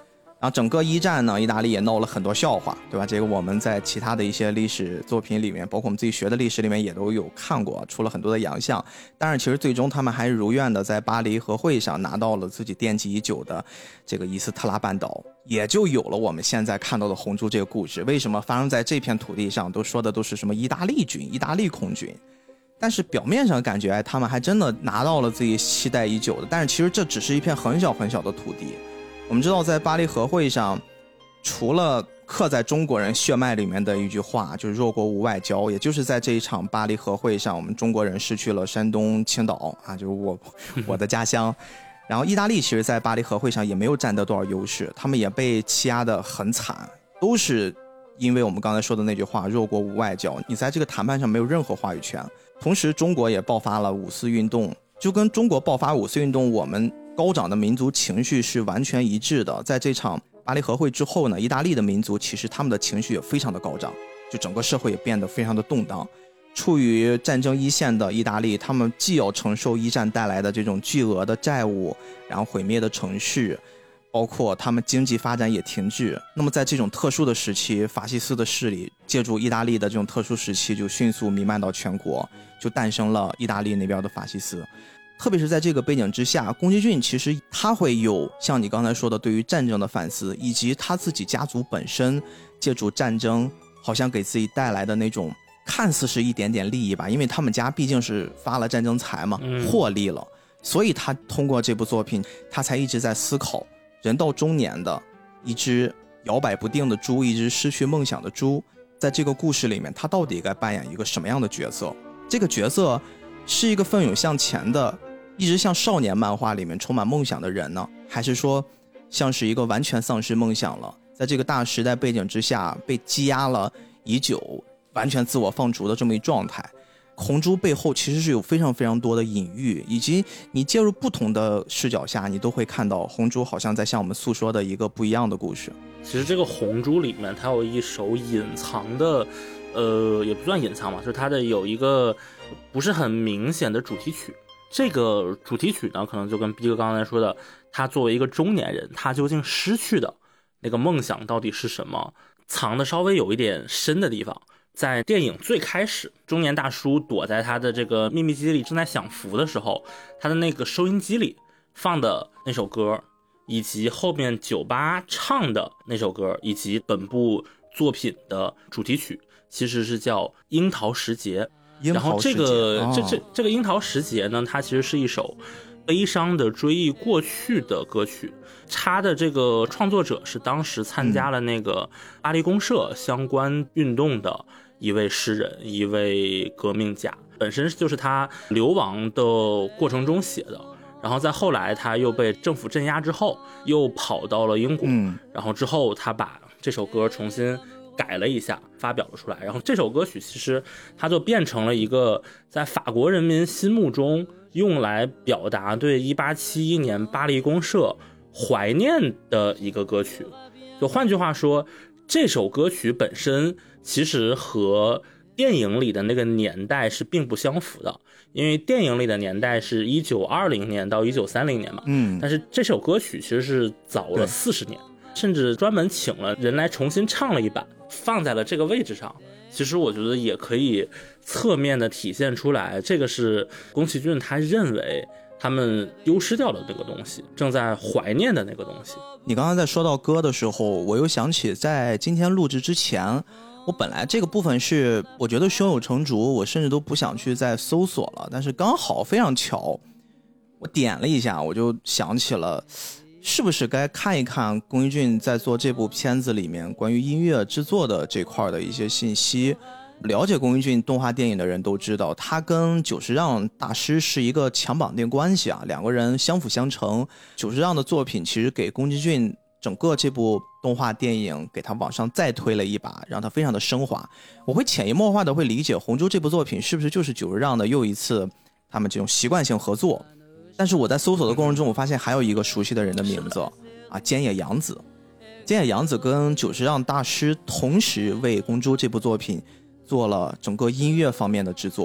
然后整个一战呢，意大利也闹了很多笑话，对吧？这个我们在其他的一些历史作品里面，包括我们自己学的历史里面也都有看过，出了很多的洋相。但是其实最终他们还如愿的在巴黎和会上拿到了自己惦记已久的这个伊斯特拉半岛，也就有了我们现在看到的红猪这个故事。为什么发生在这片土地上，都说的都是什么意大利军、意大利空军？但是表面上感觉哎，他们还真的拿到了自己期待已久的，但是其实这只是一片很小很小的土地。我们知道在巴黎和会上，除了刻在中国人血脉里面的一句话，就是弱国无外交，也就是在这一场巴黎和会上，我们中国人失去了山东青岛啊，就是我我的家乡。然后意大利其实在巴黎和会上也没有占得多少优势，他们也被欺压得很惨，都是因为我们刚才说的那句话，弱国无外交，你在这个谈判上没有任何话语权。同时中国也爆发了五四运动，就跟中国爆发五四运动我们高涨的民族情绪是完全一致的。在这场巴黎和会之后呢，意大利的民族其实他们的情绪也非常的高涨，就整个社会也变得非常的动荡。处于战争一线的意大利，他们既要承受一战带来的这种巨额的债务，然后毁灭的城市，包括他们经济发展也停滞。那么在这种特殊的时期，法西斯的势力借助意大利的这种特殊时期就迅速弥漫到全国，就诞生了意大利那边的法西斯。特别是在这个背景之下，宫崎骏其实他会有像你刚才说的对于战争的反思，以及他自己家族本身借助战争好像给自己带来的那种看似是一点点利益吧，因为他们家毕竟是发了战争财嘛，获利了，所以他通过这部作品他才一直在思考人到中年的一只摇摆不定的猪，一只失去梦想的猪，在这个故事里面他到底该扮演一个什么样的角色。这个角色是一个奋勇向前的一直像少年漫画里面充满梦想的人呢，还是说像是一个完全丧失梦想了，在这个大时代背景之下被积压了已久，完全自我放逐的这么一状态。红猪背后其实是有非常非常多的隐喻，以及你介入不同的视角下，你都会看到红猪好像在向我们诉说的一个不一样的故事。 其实这个红猪里面它有一首隐藏的呃，也不算隐藏吧，就是它的有一个不是很明显的主题曲。这个主题曲呢，可能就跟逼哥刚才说的，他作为一个中年人，他究竟失去的那个梦想到底是什么，藏的稍微有一点深的地方。在电影最开始，中年大叔躲在他的这个秘密基地里正在享福的时候，他的那个收音机里放的那首歌，以及后面酒吧唱的那首歌，以及本部作品的主题曲，其实是叫《樱桃时节》。然后这个、哦、这这这个樱桃时节呢，它其实是一首悲伤的追忆过去的歌曲。它的这个创作者是当时参加了那个巴黎公社相关运动的一位诗人，一位革命家，本身就是他流亡的过程中写的。然后在后来他又被政府镇压之后，又跑到了英国，嗯、然后之后他把这首歌重新改了一下，发表了出来。然后这首歌曲其实它就变成了一个在法国人民心目中用来表达对一八七一年巴黎公社怀念的一个歌曲。就换句话说，这首歌曲本身其实和电影里的那个年代是并不相符的，因为电影里的年代是一九二零年到一九三零年嘛，嗯，但是这首歌曲其实是早了四十年，甚至专门请了人来重新唱了一版，放在了这个位置上。其实我觉得也可以侧面的体现出来，这个是宫崎骏他认为他们丢失掉的那个东西，正在怀念的那个东西。 你刚刚在说到歌的时候，我又想起在今天录制之前，我本来这个部分是我觉得胸有成竹，我甚至都不想去再搜索了，但是刚好非常巧，我点了一下，我就想起了是不是该看一看宫崎骏在做这部片子里面关于音乐制作的这块的一些信息。了解宫崎骏动画电影的人都知道，他跟久石让大师是一个强绑定关系啊，两个人相辅相成。久石让的作品其实给宫崎骏整个这部动画电影给他往上再推了一把，让他非常的升华。我会潜移默化的会理解红猪这部作品是不是就是久石让的又一次他们这种习惯性合作。但是我在搜索的过程中，我发现还有一个熟悉的人的名字啊，菅野洋子。菅野洋子跟久石让大师同时为公猪这部作品做了整个音乐方面的制作，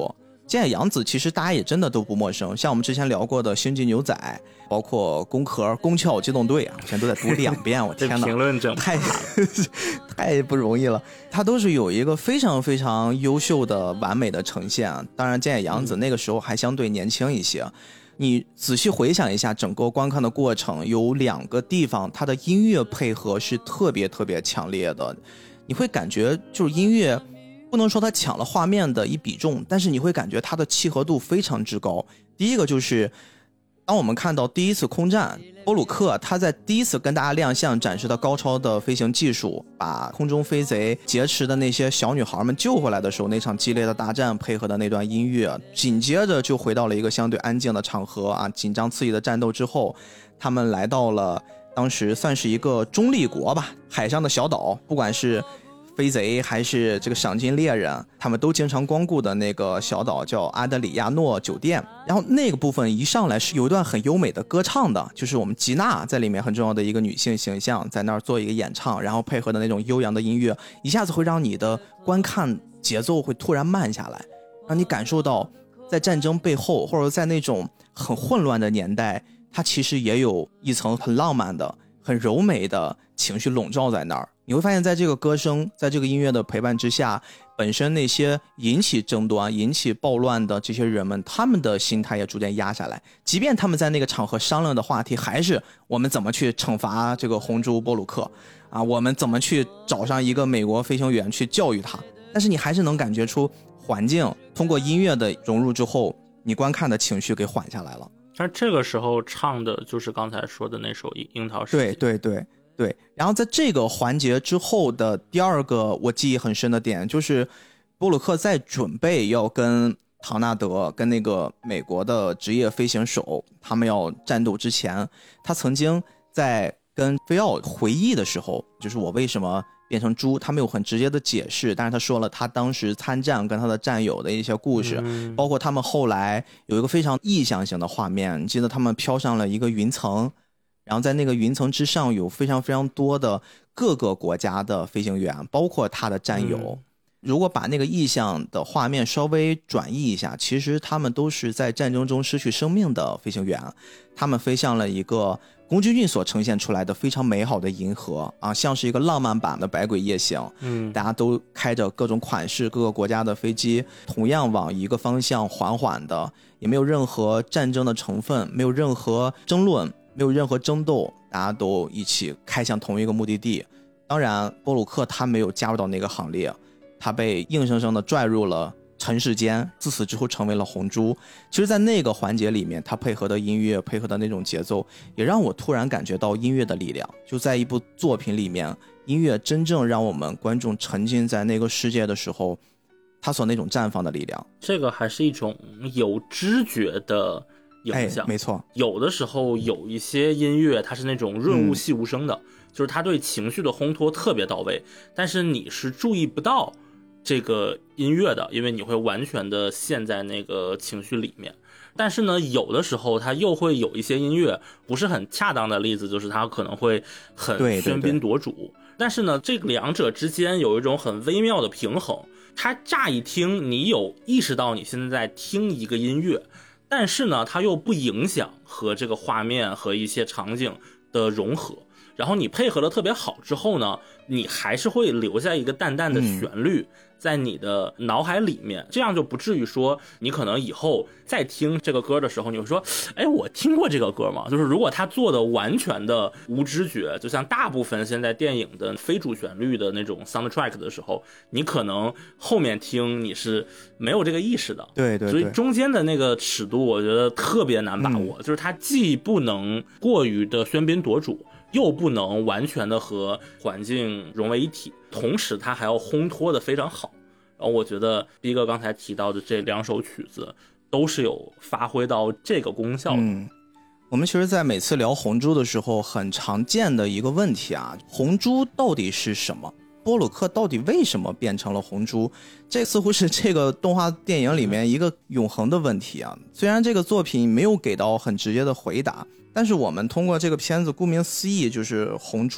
菅野洋子其实大家也真的都不陌生，像我们之前聊过的《星际牛仔》，包括《攻壳》《宫壳机动队》啊，我现在都在读两遍，我天哪， 评论整太太不容易了。他都是有一个非常非常优秀的完美的呈现。当然，菅野洋子那个时候还相对年轻一些。嗯，你仔细回想一下整个观看的过程，有两个地方它的音乐配合是特别特别强烈的，你会感觉就是音乐不能说它抢了画面的一比重，但是你会感觉它的契合度非常之高。第一个就是当我们看到第一次空战，波鲁克他在第一次跟大家亮相展示的高超的飞行技术，把空中飞贼劫持的那些小女孩们救回来的时候，那场激烈的大战配合的那段音乐，紧接着就回到了一个相对安静的场合啊，紧张刺激的战斗之后，他们来到了当时算是一个中立国吧，海上的小岛，不管是飞贼还是这个赏金猎人，他们都经常光顾的那个小岛叫阿德里亚诺酒店。然后那个部分一上来是有一段很优美的歌唱的，就是我们吉娜在里面很重要的一个女性形象在那儿做一个演唱，然后配合的那种悠扬的音乐，一下子会让你的观看节奏会突然慢下来，让你感受到在战争背后或者在那种很混乱的年代，它其实也有一层很浪漫的很柔美的情绪笼罩在那儿。你会发现在这个歌声在这个音乐的陪伴之下，本身那些引起争端引起暴乱的这些人们，他们的心态也逐渐压下来，即便他们在那个场合商量的话题还是我们怎么去惩罚这个红猪波鲁克啊，我们怎么去找上一个美国飞行员去教育他，但是你还是能感觉出环境通过音乐的融入之后，你观看的情绪给缓下来了。 但这个时候唱的就是刚才说的那首樱桃世界。对对对对，然后在这个环节之后的第二个我记忆很深的点，就是波鲁克在准备要跟唐纳德跟那个美国的职业飞行手他们要战斗之前，他曾经在跟菲奥回忆的时候，就是我为什么变成猪，他没有很直接的解释，但是他说了他当时参战跟他的战友的一些故事、嗯、包括他们后来有一个非常意象性的画面，你记得他们飘上了一个云层，然后在那个云层之上有非常非常多的各个国家的飞行员，包括他的战友、嗯、如果把那个意象的画面稍微转移一下，其实他们都是在战争中失去生命的飞行员，他们飞向了一个宫崎骏所呈现出来的非常美好的银河啊，像是一个浪漫版的百鬼夜行。嗯，大家都开着各种款式各个国家的飞机，同样往一个方向缓缓的，也没有任何战争的成分，没有任何争论，没有任何争斗，大家都一起开向同一个目的地。当然波鲁克他没有加入到那个行列，他被硬生生的拽入了尘世间，自此之后成为了红猪。其实在那个环节里面，他配合的音乐配合的那种节奏也让我突然感觉到音乐的力量，就在一部作品里面，音乐真正让我们观众沉浸在那个世界的时候，他所那种绽放的力量， 这个还是一种有知觉的影响、 哎、没错， 有的时候有一些音乐它是那种润物细无声的、嗯、就是它对情绪的烘托特别到位，但是你是注意不到这个音乐的，因为你会完全的陷在那个情绪里面。但是呢，有的时候它又会有一些音乐不是很恰当的例子，就是它可能会很喧宾夺主。对对对，但是呢，这两者之间有一种很微妙的平衡。它乍一听，你有意识到你现在在听一个音乐，但是呢，它又不影响和这个画面和一些场景的融合。然后你配合的特别好之后呢，你还是会留下一个淡淡的旋律在你的脑海里面、嗯、这样就不至于说你可能以后再听这个歌的时候你会说，哎，我听过这个歌吗？就是如果他做的完全的无知觉，就像大部分现在电影的非主旋律的那种 soundtrack 的时候，你可能后面听你是没有这个意识的。 对对对， 所以中间的那个尺度我觉得特别难把握、嗯、就是它既不能过于的喧宾夺主，又不能完全的和环境融为一体，同时它还要烘托的非常好。然后我觉得逼哥刚才提到的这两首曲子都是有发挥到这个功效的。 嗯，我们其实在每次聊红猪的时候很常见的一个问题啊，红猪到底是什么？波鲁克到底为什么变成了红猪？这似乎是这个动画电影里面一个永恒的问题啊。虽然这个作品没有给到很直接的回答，但是我们通过这个片子，顾名思义就是红猪，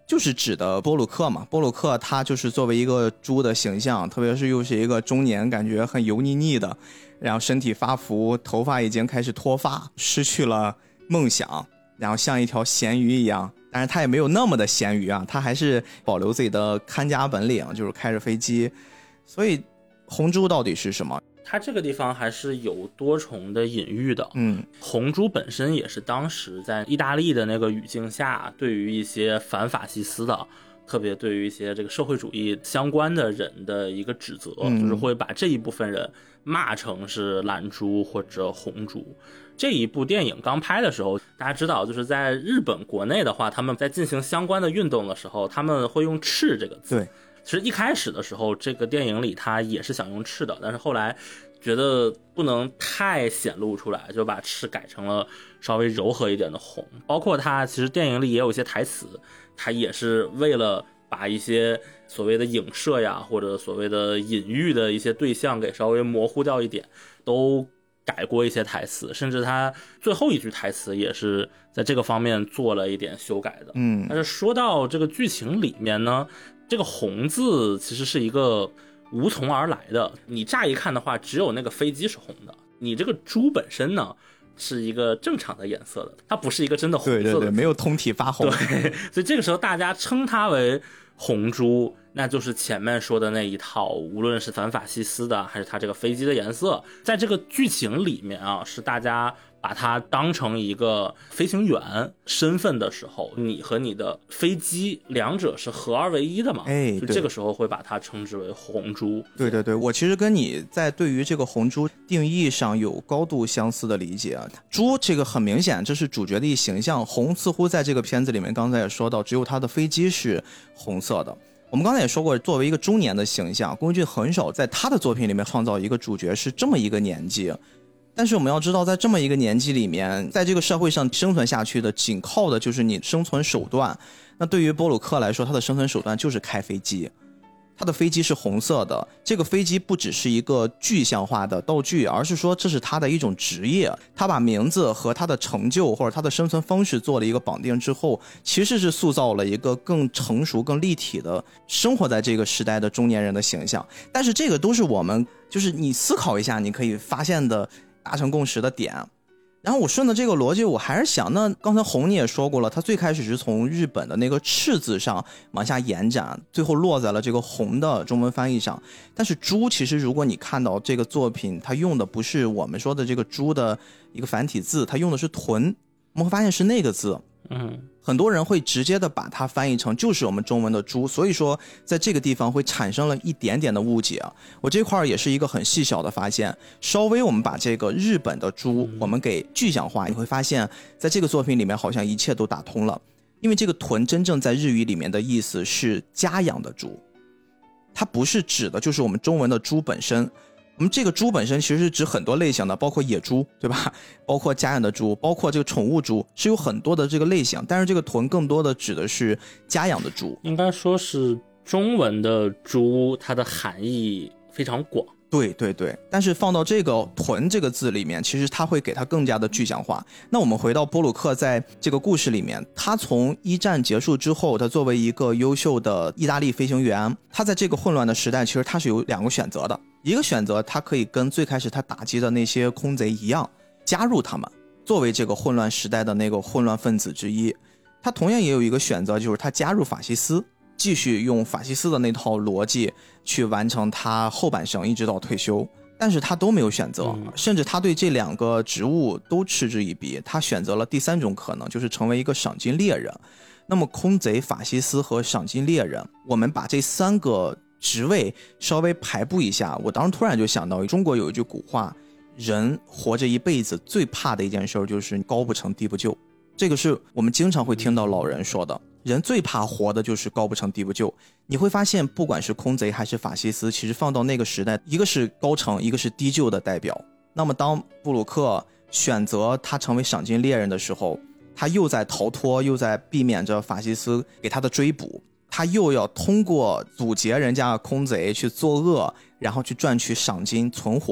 就是指的波鲁克嘛。波鲁克他就是作为一个猪的形象，特别是又是一个中年感觉很油腻腻的，然后身体发福，头发已经开始脱发，失去了梦想，然后像一条咸鱼一样。但是他也没有那么的咸鱼啊，他还是保留自己的看家本领，就是开着飞机。所以红猪到底是什么？ 它这个地方还是有多重的隐喻的。 嗯， 红猪本身也是当时在意大利的那个语境下，对于一些反法西斯的，特别对于一些这个社会主义相关的人的一个指责，嗯、就是会把这一部分人骂成是蓝猪或者红猪。这一部电影刚拍的时候，大家知道，就是在日本国内的话，他们在进行相关的运动的时候，他们会用赤这个字。 对。 其实一开始的时候，这个电影里他也是想用赤的，但是后来觉得不能太显露出来，就把赤改成了稍微柔和一点的红。包括他其实电影里也有一些台词，他也是为了把一些所谓的影射呀，或者所谓的隐喻的一些对象给稍微模糊掉一点，都改过一些台词，甚至他最后一句台词也是在这个方面做了一点修改的。 嗯， 但是说到这个剧情里面呢，这个红字其实是一个无从而来的，你乍一看的话只有那个飞机是红的，你这个猪本身呢是一个正常的颜色的，它不是一个真的红色的。 对对对，没有通体发红。 对，所以这个时候大家称它为红猪，那就是前面说的那一套，无论是反法西斯的还是它这个飞机的颜色，在这个剧情里面啊，是大家把它当成一个飞行员身份的时候，你和你的飞机两者是合二为一的嘛？ 哎， 就这个时候会把它称之为红猪。 对对对，我其实跟你在对于这个红猪定义上有高度相似的理解啊。猪这个很明显，这是主角的一形象，红似乎在这个片子里面，刚才也说到，只有他的飞机是红色的。我们刚才也说过，作为一个中年的形象，宫崎骏很少在他的作品里面创造一个主角是这么一个年纪。但是我们要知道，在这么一个年纪里面，在这个社会上生存下去的，仅靠的就是你生存手段。那对于波鲁克来说，他的生存手段就是开飞机。他的飞机是红色的，这个飞机不只是一个具象化的道具，而是说这是他的一种职业。他把名字和他的成就或者他的生存方式做了一个绑定之后，其实是塑造了一个更成熟更立体的生活在这个时代的中年人的形象。但是这个都是我们就是你思考一下你可以发现的达成共识的点。然后我顺着这个逻辑，我还是想，那刚才红你也说过了，他最开始是从日本的那个赤字上往下延展，最后落在了这个红的中文翻译上。但是猪其实如果你看到这个作品，它用的不是我们说的这个猪的一个繁体字，它用的是豚，我们会发现是那个字。 嗯， 很多人会直接的把它翻译成就是我们中文的猪，所以说在这个地方会产生了一点点的误解。我这块也是一个很细小的发现，稍微我们把这个日本的猪我们给具象化，你会发现在这个作品里面好像一切都打通了。因为这个豚真正在日语里面的意思是家养的猪，它不是指的就是我们中文的猪本身。我们这个猪本身其实是指很多类型的，包括野猪，对吧？包括家养的猪，包括这个宠物猪，是有很多的这个类型。但是这个豚更多的指的是家养的猪， 应该说是中文的猪，它的含义非常广。 对对对，但是放到这个豚这个字里面，其实它会给它更加的具象化。那我们回到波鲁克在这个故事里面，他从一战结束之后，他作为一个优秀的意大利飞行员，他在这个混乱的时代，其实他是有两个选择的。一个选择，他可以跟最开始他打击的那些空贼一样，加入他们，作为这个混乱时代的那个混乱分子之一。他同样也有一个选择，就是他加入法西斯，继续用法西斯的那套逻辑去完成他后半生，一直到退休。但是他都没有选择，甚至他对这两个职务都嗤之以鼻。他选择了第三种可能，就是成为一个赏金猎人。那么空贼、法西斯和赏金猎人，我们把这三个职位稍微排布一下，我当时突然就想到，中国有一句古话，人活着一辈子最怕的一件事就是高不成低不就。这个是我们经常会听到老人说的，人最怕活的就是高不成低不就。你会发现不管是空贼还是法西斯，其实放到那个时代，一个是高成，一个是低就的代表。那么当布鲁克选择他成为赏金猎人的时候，他又在逃脱，又在避免着法西斯给他的追捕，他又要通过阻截人家空贼去作恶，然后去赚取赏金存活。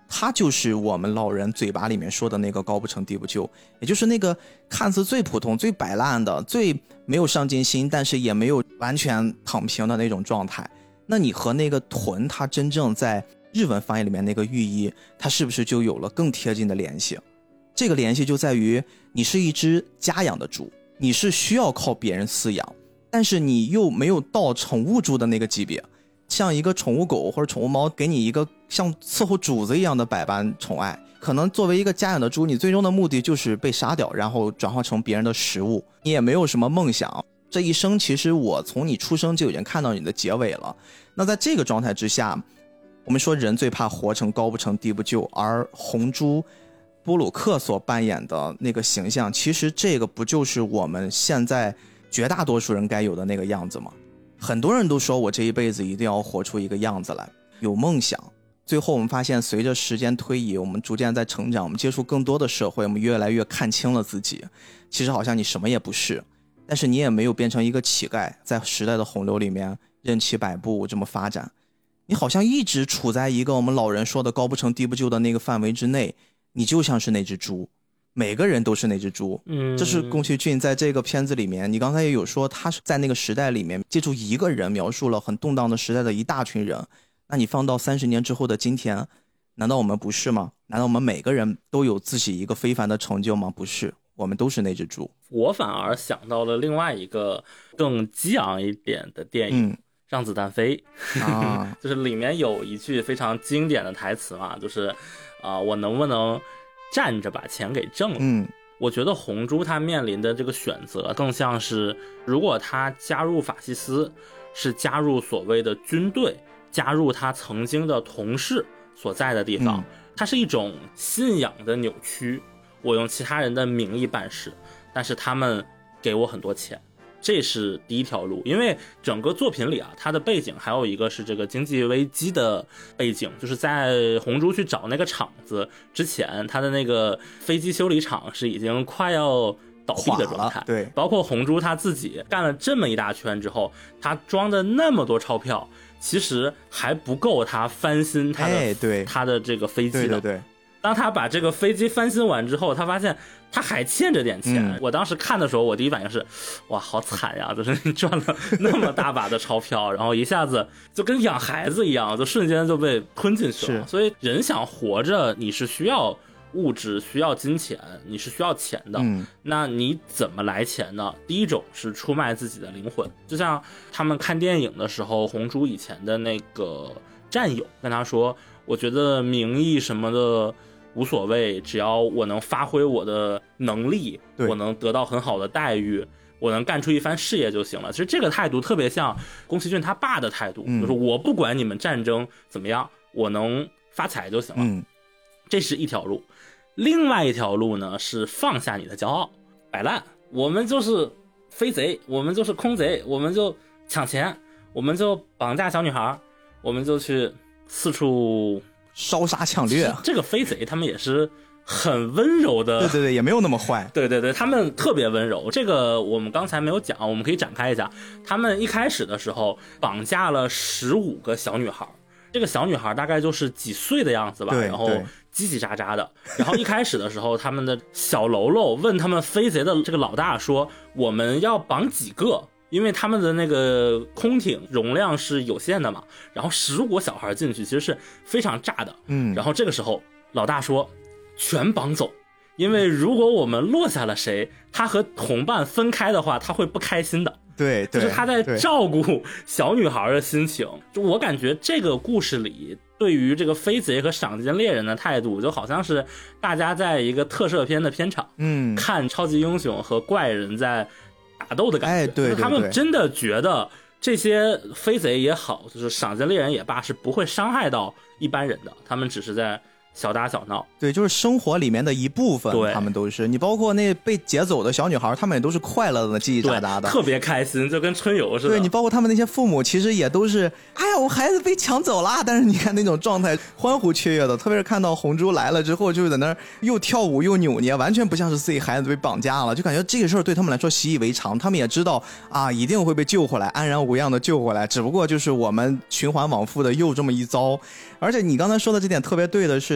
他就是我们老人嘴巴里面说的那个高不成低不就，也就是那个看似最普通最摆烂的最没有上进心但是也没有完全躺平的那种状态。那你和那个豚它真正在日文翻译里面那个寓意，它是不是就有了更贴近的联系？这个联系就在于你是一只家养的猪，你是需要靠别人饲养，但是你又没有到宠物猪的那个级别，像一个宠物狗或者宠物猫给你一个像伺候主子一样的百般宠爱，可能作为一个家养的猪，你最终的目的就是被杀掉，然后转化成别人的食物，你也没有什么梦想。这一生其实我从你出生就已经看到你的结尾了。那在这个状态之下，我们说人最怕活成高不成低不就，而红猪波鲁克所扮演的那个形象，其实这个不就是我们现在绝大多数人该有的那个样子吗？很多人都说我这一辈子一定要活出一个样子来，有梦想。最后我们发现随着时间推移，我们逐渐在成长，我们接触更多的社会，我们越来越看清了自己，其实好像你什么也不是，但是你也没有变成一个乞丐，在时代的洪流里面任其摆布这么发展，你好像一直处在一个我们老人说的高不成低不就的那个范围之内，你就像是那只猪，每个人都是那只猪。 嗯， 这是宫崎骏在这个片子里面，你刚才也有说他是在那个时代里面借助一个人描述了很动荡的时代的一大群人，那你放到三十年之后的今天，难道我们不是吗？难道我们每个人都有自己一个非凡的成就吗？不是，我们都是那只猪。 我反而想到了另外一个更激昂一点的电影、嗯、让子弹飞啊就是里面有一句非常经典的台词嘛，就是啊、呃，我能不能站着把钱给挣了。 嗯， 我觉得红猪他面临的这个选择更像是，如果他加入法西斯，是加入所谓的军队，加入他曾经的同事所在的地方，它是一种信仰的扭曲。我用其他人的名义办事，但是他们给我很多钱，这是第一条路。因为整个作品里啊，它的背景还有一个是这个经济危机的背景，就是在红猪去找那个厂子之前，他的那个飞机修理厂是已经快要倒闭的状态。 对， 包括红猪他自己干了这么一大圈之后，他装的那么多钞票，其实还不够他翻新他的、 哎、对他的这个飞机的。 对对对。 当他把这个飞机翻新完之后，他发现他还欠着点钱、嗯、我当时看的时候，我第一反应是哇好惨呀，就是你赚了那么大把的钞票然后一下子就跟养孩子一样，就瞬间就被吞进去了。所以人想活着，你是需要物质，需要金钱，你是需要钱的、嗯、那你怎么来钱呢？第一种是出卖自己的灵魂，就像他们看电影的时候，红猪以前的那个战友跟他说，我觉得名义什么的无所谓，只要我能发挥我的能力，我能得到很好的待遇，我能干出一番事业就行了。其实这个态度特别像宫崎骏他爸的态度、嗯、就是我不管你们战争怎么样，我能发财就行了、嗯、这是一条路。另外一条路呢是放下你的骄傲，摆烂，我们就是飞贼，我们就是空贼，我们就抢钱，我们就绑架小女孩，我们就去四处烧杀抢掠。 这个飞贼他们也是很温柔的， 对对对，也没有那么坏。 对对对，他们特别温柔。这个我们刚才没有讲，我们可以展开一下。他们一开始的时候绑架了十五个小女孩，这个小女孩大概就是几岁的样子吧，然后叽叽喳喳的。然后一开始的时候，他们的小喽啰问他们飞贼的这个老大说：“我们要绑几个？”因为他们的那个空艇容量是有限的嘛，然后十五个小孩进去其实是非常炸的。嗯，然后这个时候老大说全绑走，因为如果我们落下了谁，他和同伴分开的话，他会不开心的。 对， 就是他在照顾小女孩的心情。就我感觉这个故事里对于这个飞贼和赏金猎人的态度，就好像是大家在一个特摄片的片场，嗯，看超级英雄和怪人在打斗的感觉。 哎，对对对， 他们真的觉得这些飞贼也好，就是赏金猎人也罢，是不会伤害到一般人的，他们只是在小打小闹。 对，就是生活里面的一部分，他们都是。你包括那被劫走的小女孩，他们也都是快乐的，叽叽喳喳的， 特别开心，就跟春游似的。 对，你包括他们那些父母，其实也都是，哎呀，我孩子被抢走了，但是你看那种状态，欢呼雀跃的。特别是看到红猪来了之后，就在那儿又跳舞又扭捏，完全不像是自己孩子被绑架了，就感觉这个事儿对他们来说习以为常。他们也知道啊，一定会被救回来，安然无恙的救回来。只不过就是我们循环往复的又这么一遭。而且你刚才说的这点特别对的是，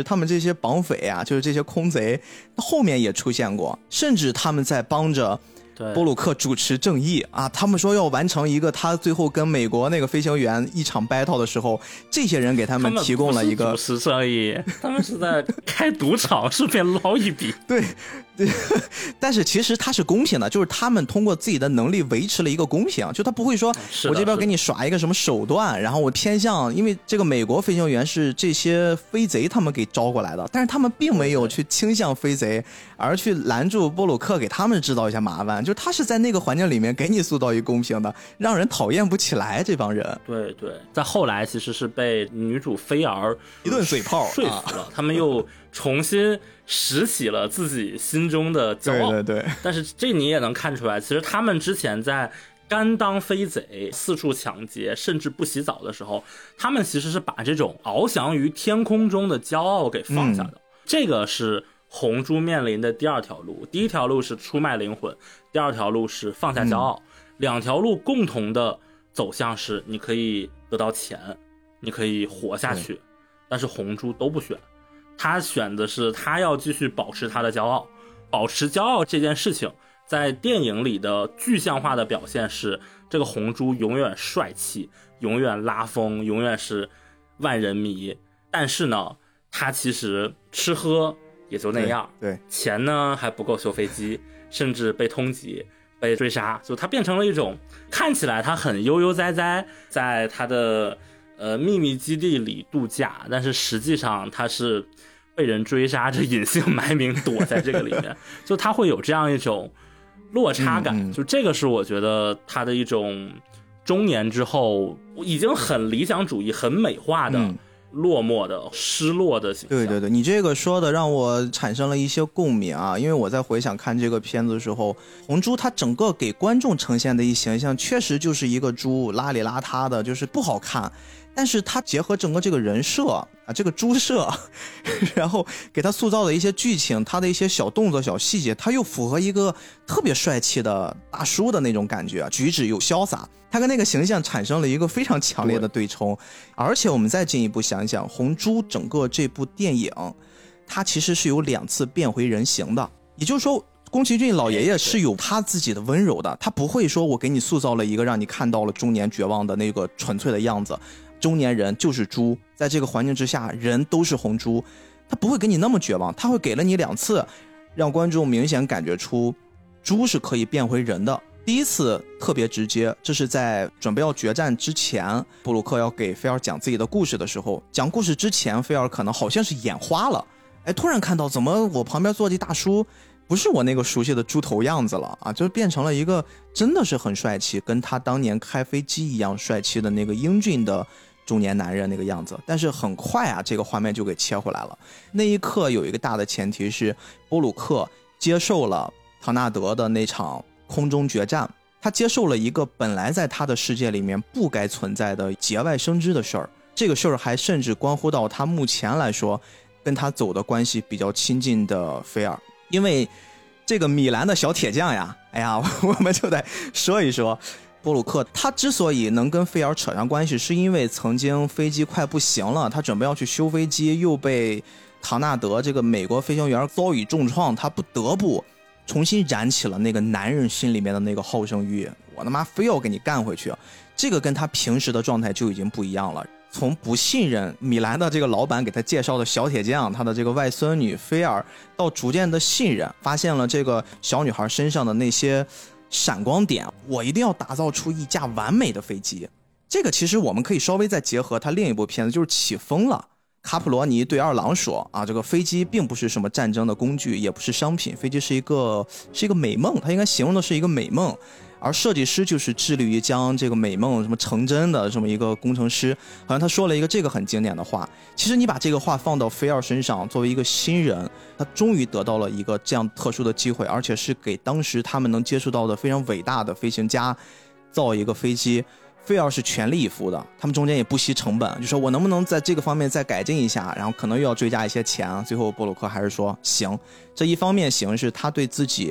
他们这些绑匪啊，就是这些空贼后面也出现过，甚至他们在帮着波鲁克主持正义啊，他们说要完成一个他最后跟美国那个飞行员一场 battle 的时候，这些人给他们提供了一个主持正义，他们是在开赌场顺便捞一笔。 对对，但是其实他是公平的，就是他们通过自己的能力维持了一个公平，就他不会说我这边给你耍一个什么手段，然后我偏向，因为这个美国飞行员是这些飞贼他们给招过来的，但是他们并没有去倾向飞贼，而去拦住波鲁克，给他们制造一下麻烦，就他是在那个环境里面给你塑造一个公平的，让人讨厌不起来这帮人。 对对，在后来其实是被女主菲儿一顿嘴炮说服了，啊、他们又重新拾起了自己心中的骄傲。 对对对， 但是这你也能看出来，其实他们之前在甘当飞贼、四处抢劫，甚至不洗澡的时候，他们其实是把这种翱翔于天空中的骄傲给放下的。嗯、这个是红猪面临的第二条路，第一条路是出卖灵魂，第二条路是放下骄傲，嗯、两条路共同的走向是你可以得到钱，你可以活下去，嗯、但是红猪都不选，他选的是他要继续保持他的骄傲。保持骄傲这件事情在电影里的具象化的表现是，这个红猪永远帅气，永远拉风，永远是万人迷，但是呢他其实吃喝也就那样， 对，对钱呢还不够修飞机，甚至被通缉被追杀，就他变成了一种看起来他很悠悠哉哉在他的呃秘密基地里度假，但是实际上他是被人追杀着隐姓埋名躲在这个里面就他会有这样一种落差感，嗯嗯就这个是我觉得他的一种中年之后已经很理想主义很美化的、嗯落寞的失落的形象。 对对对，你这个说的让我产生了一些共鸣啊，因为我在回想看这个片子的时候，红猪它整个给观众呈现的一形象确实就是一个猪邋里邋遢的，就是不好看，但是它结合整个这个人设啊，这个猪设然后给它塑造的一些剧情，它的一些小动作小细节，它又符合一个特别帅气的大叔的那种感觉，举止又潇洒，它跟那个形象产生了一个非常强烈的对冲。而且我们再进一步想想，红猪整个这部电影它其实是有两次变回人形的，也就是说宫崎骏老爷爷是有他自己的温柔的，他不会说我给你塑造了一个让你看到了中年绝望的那个纯粹的样子，中年人就是猪，在这个环境之下人都是红猪，他不会给你那么绝望，他会给了你两次让观众明显感觉出猪是可以变回人的。第一次特别直接，这是在准备要决战之前，布鲁克要给菲尔讲自己的故事的时候，讲故事之前菲尔可能好像是眼花了，哎，突然看到怎么我旁边坐的大叔不是我那个熟悉的猪头样子了啊，就变成了一个真的是很帅气，跟他当年开飞机一样帅气的那个英俊的中年男人那个样子。但是很快啊，这个画面就给切回来了。那一刻有一个大的前提是，波鲁克接受了唐纳德的那场空中决战，他接受了一个本来在他的世界里面不该存在的节外生枝的事儿。这个事儿还甚至关乎到他目前来说跟他走的关系比较亲近的菲尔。因为这个米兰的小铁匠呀，哎呀，我们就得说一说波鲁克，他之所以能跟菲尔扯上关系，是因为曾经飞机快不行了，他准备要去修飞机，又被唐纳德这个美国飞行员遭遇重创，他不得不重新燃起了那个男人心里面的那个好胜欲，我他妈非要给你干回去。这个跟他平时的状态就已经不一样了，从不信任米兰的这个老板给他介绍的小铁匠，他的这个外孙女菲尔，到逐渐的信任，发现了这个小女孩身上的那些闪光点，我一定要打造出一架完美的飞机。这个其实我们可以稍微再结合他另一部片子，就是起风了。卡普罗尼对二郎说啊，这个飞机并不是什么战争的工具，也不是商品，飞机是一个是一个美梦，他应该形容的是一个美梦，而设计师就是致力于将这个美梦什么成真的这么一个工程师。好像他说了一个这个很经典的话，其实你把这个话放到菲尔身上，作为一个新人，他终于得到了一个这样特殊的机会，而且是给当时他们能接触到的非常伟大的飞行家造一个飞机。菲尔是全力以赴的，他们中间也不惜成本，就说我能不能在这个方面再改进一下，然后可能又要追加一些钱。最后波鲁克还是说行，这一方面行是他对自己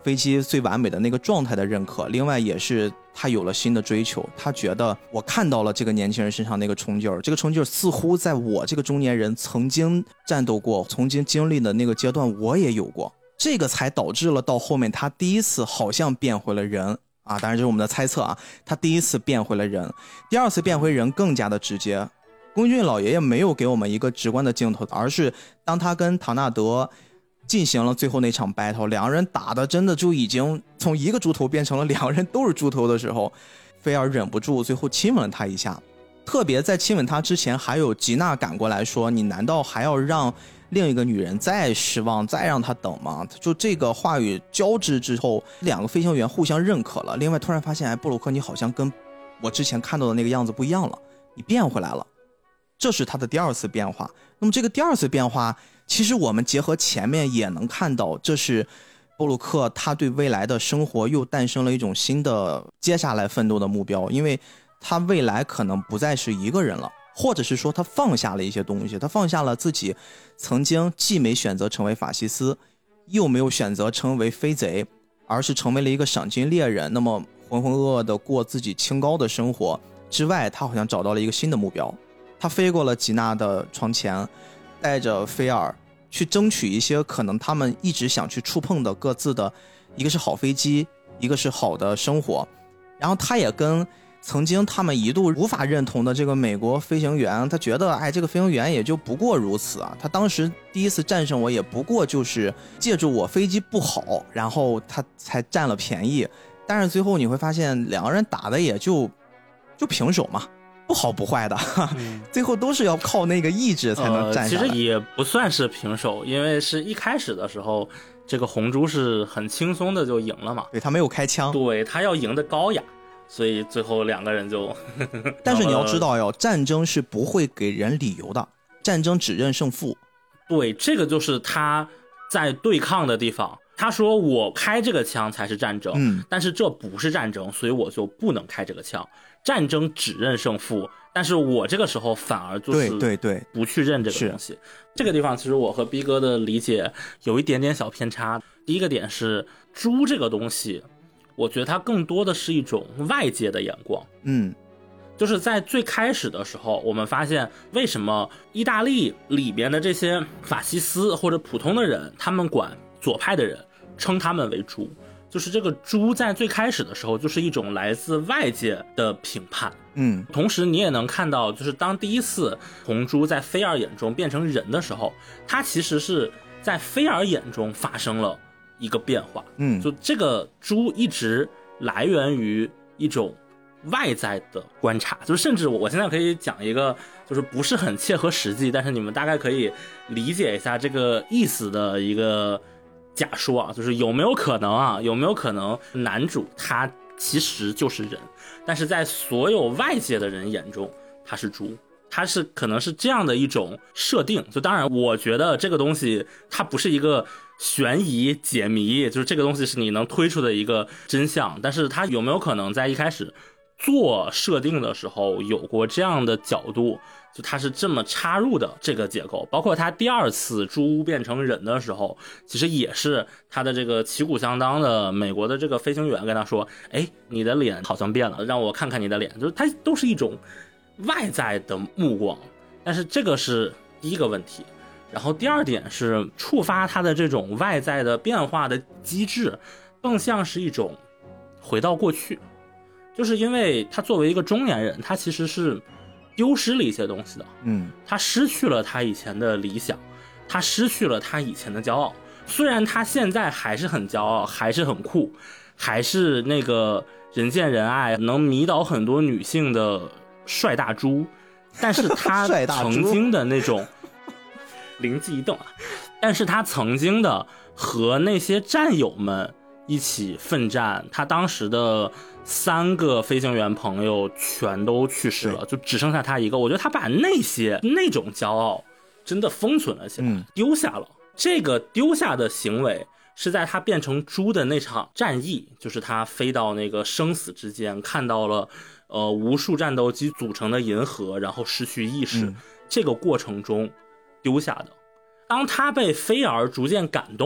飞机最完美的那个状态的认可，另外也是他有了新的追求，他觉得我看到了这个年轻人身上那个冲劲儿，这个冲劲儿似乎在我这个中年人曾经战斗过曾经经历的那个阶段我也有过，这个才导致了到后面他第一次好像变回了人啊，当然这是我们的猜测啊，他第一次变回了人，第二次变回人更加的直接。宫俊老爷爷没有给我们一个直观的镜头，而是当他跟唐纳德进行了最后那场 battle， 两个人打的真的就已经从一个猪头变成了两个人都是猪头的时候，菲尔忍不住最后亲吻了他一下。特别在亲吻他之前，还有吉娜赶过来说，你难道还要让另一个女人再失望再让她等吗？就这个话语交织之后，两个飞行员互相认可了。另外突然发现，哎，布鲁克你好像跟我之前看到的那个样子不一样了，你变回来了，这是他的第二次变化。那么这个第二次变化，其实我们结合前面也能看到，这是布鲁克他对未来的生活又诞生了一种新的接下来奋斗的目标，因为他未来可能不再是一个人了，或者是说他放下了一些东西，他放下了自己曾经既没选择成为法西斯，又没有选择成为飞贼，而是成为了一个赏金猎人，那么浑浑噩噩的过自己清高的生活之外，他好像找到了一个新的目标。他飞过了吉娜的床前，带着菲尔去争取一些可能他们一直想去触碰的各自的，一个是好飞机，一个是好的生活。然后他也跟曾经他们一度无法认同的这个美国飞行员，他觉得哎，这个飞行员也就不过如此啊，他当时第一次战胜我也不过就是借助我飞机不好，然后他才占了便宜。但是最后你会发现两个人打的也就就平手嘛，不好不坏的，嗯、最后都是要靠那个意志才能战下来、 呃、其实也不算是平手，因为是一开始的时候这个红猪是很轻松的就赢了嘛， 对，他没有开枪， 对，他要赢得高雅，所以最后两个人就但是你要知道哟，战争是不会给人理由的，战争只认胜负。 对，这个就是他在对抗的地方，他说我开这个枪才是战争、嗯、但是这不是战争，所以我就不能开这个枪，战争只认胜负，但是我这个时候反而就是对对对不去认这个东西。这个地方其实我和逼哥的理解有一点点小偏差。第一个点是猪这个东西，我觉得它更多的是一种外界的眼光。 嗯， 就是在最开始的时候，我们发现为什么意大利里边的这些法西斯或者普通的人，他们管左派的人称他们为猪，就是这个猪在最开始的时候就是一种来自外界的评判。 嗯， 同时你也能看到，就是当第一次红猪在菲尔眼中变成人的时候，它其实是在菲尔眼中发生了一个变化。 嗯， 就这个猪一直来源于一种外在的观察，就是甚至我现在可以讲一个就是不是很切合实际，但是你们大概可以理解一下这个意思的一个假说啊，就是有没有可能啊，有没有可能男主他其实就是人，但是在所有外界的人眼中他是猪，它是可能是这样的一种设定。就当然我觉得这个东西它不是一个悬疑解谜，就是这个东西是你能推出的一个真相，但是它有没有可能在一开始做设定的时候有过这样的角度，就它是这么插入的这个结构。包括他第二次猪变成人的时候，其实也是他的这个旗鼓相当的美国的这个飞行员跟他说，哎，你的脸好像变了，让我看看你的脸，就是它都是一种外在的目光。但是这个是第一个问题。然后第二点是触发他的这种外在的变化的机制更像是一种回到过去，就是因为他作为一个中年人，他其实是丢失了一些东西的。 嗯， 他失去了他以前的理想，他失去了他以前的骄傲，虽然他现在还是很骄傲，还是很酷，还是那个人见人爱能迷倒很多女性的帅大猪，但是他曾经的那种灵机一动啊，但是他曾经的和那些战友们一起奋战，他当时的三个飞行员朋友全都去世了，就只剩下他一个。我觉得他把那些那种骄傲真的封存了起来、嗯、丢下了。这个丢下的行为是在他变成猪的那场战役，就是他飞到那个生死之间，看到了呃无数战斗机组成的银河，然后失去意识、嗯、这个过程中丢下的。当他被菲尔逐渐感动，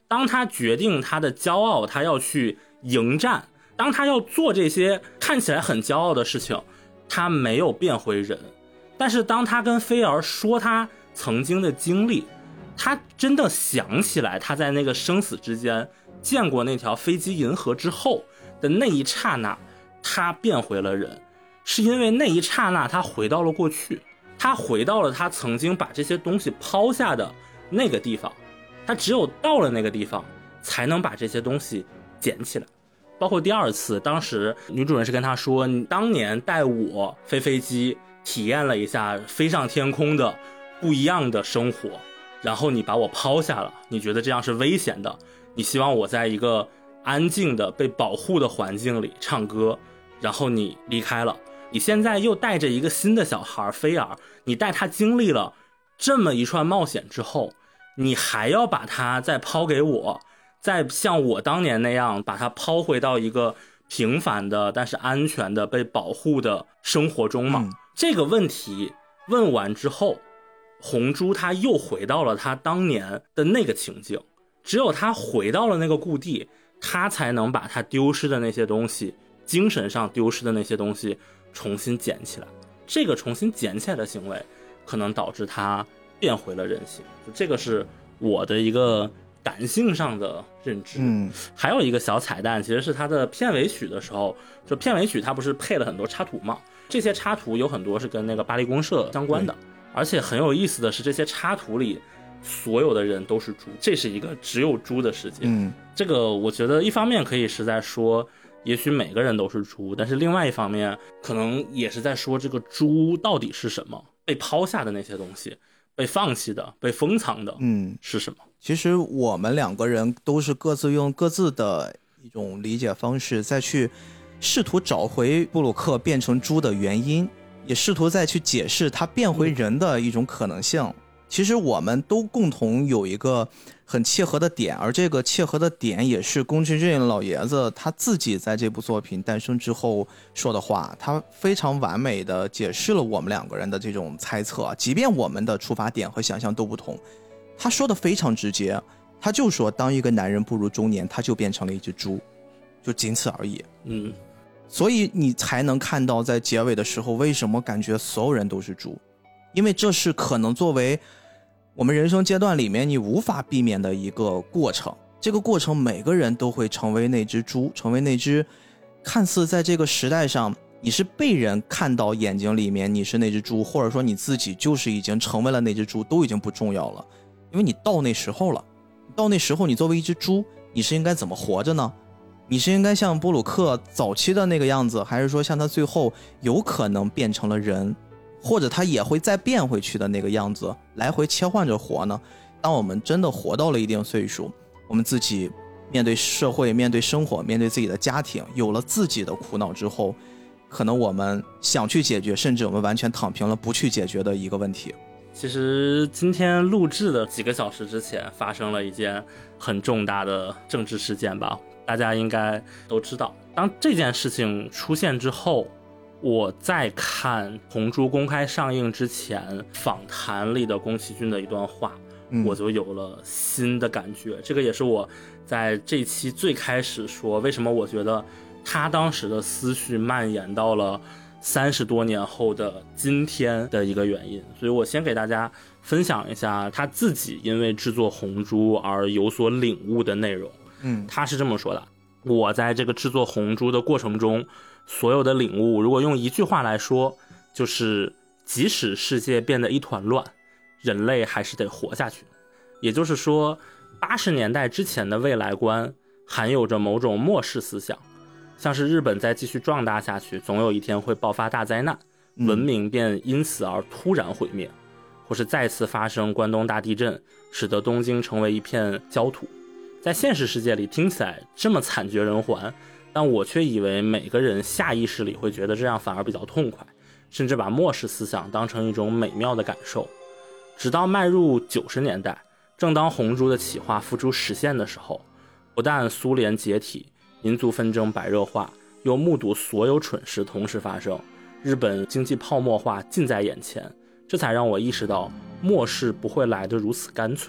当他决定他的骄傲，他要去迎战，当他要做这些看起来很骄傲的事情，他没有变回人。但是当他跟菲儿说他曾经的经历，他真的想起来他在那个生死之间见过那条飞机银河之后的那一刹那，他变回了人，是因为那一刹那他回到了过去，他回到了他曾经把这些东西抛下的那个地方，他只有到了那个地方才能把这些东西捡起来。包括第二次，当时女主人是跟他说，你当年带我飞飞机体验了一下飞上天空的不一样的生活，然后你把我抛下了，你觉得这样是危险的，你希望我在一个安静的被保护的环境里唱歌，然后你离开了，你现在又带着一个新的小孩菲儿，你带他经历了这么一串冒险之后，你还要把他再抛给我，再像我当年那样把他抛回到一个平凡的但是安全的被保护的生活中吗？嗯、这个问题问完之后，红珠他又回到了他当年的那个情境，只有他回到了那个故地，他才能把他丢失的那些东西，精神上丢失的那些东西重新捡起来。这个重新捡起来的行为可能导致他变回了人形，就这个是我的一个感性上的认知。嗯，还有一个小彩蛋，其实是他的片尾曲的时候，就片尾曲他不是配了很多插图嘛，这些插图有很多是跟那个巴黎公社相关的，而且很有意思的是，这些插图里所有的人都是猪，这是一个只有猪的世界。嗯，这个我觉得一方面可以是在说也许每个人都是猪，但是另外一方面可能也是在说这个猪到底是什么，被抛下的那些东西，被放弃的，被封藏的，嗯，是什么？ 其实我们两个人都是各自用各自的一种理解方式再去试图找回布鲁克变成猪的原因，也试图再去解释他变回人的一种可能性。嗯，其实我们都共同有一个很切合的点，而这个切合的点也是宫崎骏老爷子他自己在这部作品诞生之后说的话，他非常完美的解释了我们两个人的这种猜测，即便我们的出发点和想象都不同，他说的非常直接，他就说当一个男人步入中年，他就变成了一只猪，就仅此而已。嗯，所以你才能看到在结尾的时候为什么感觉所有人都是猪，因为这是可能作为我们人生阶段里面你无法避免的一个过程，这个过程每个人都会成为那只猪，成为那只看似在这个时代上你是被人看到眼睛里面你是那只猪，或者说你自己就是已经成为了那只猪，都已经不重要了，因为你到那时候了，到那时候你作为一只猪你是应该怎么活着呢？你是应该像波鲁克早期的那个样子，还是说像他最后有可能变成了人，或者他也会再变回去的那个样子，来回切换着活呢？当我们真的活到了一定岁数，我们自己面对社会，面对生活，面对自己的家庭，有了自己的苦恼之后，可能我们想去解决，甚至我们完全躺平了不去解决的一个问题。 其实今天录制的几个小时之前发生了一件很重大的政治事件吧，大家应该都知道。当这件事情出现之后，我在看红猪公开上映之前访谈里的宫崎骏的一段话，嗯，我就有了新的感觉。这个也是我在这期最开始说为什么我觉得他当时的思绪蔓延到了三十多年后的今天的一个原因。所以我先给大家分享一下他自己因为制作红猪而有所领悟的内容。嗯，他是这么说的：我在这个制作红猪的过程中所有的领悟，如果用一句话来说，就是即使世界变得一团乱，人类还是得活下去。也就是说，八十年代之前的未来观含有着某种末世思想，像是日本再继续壮大下去，总有一天会爆发大灾难，文明便因此而突然毁灭，或是再次发生关东大地震，使得东京成为一片焦土。在现实世界里听起来这么惨绝人寰，但我却以为每个人下意识里会觉得这样反而比较痛快，甚至把末世思想当成一种美妙的感受。直到迈入九十年代，正当红猪的企划付诸实现的时候，不但苏联解体，民族纷争白热化，又目睹所有蠢事同时发生，日本经济泡沫化近在眼前，这才让我意识到末世不会来得如此干脆。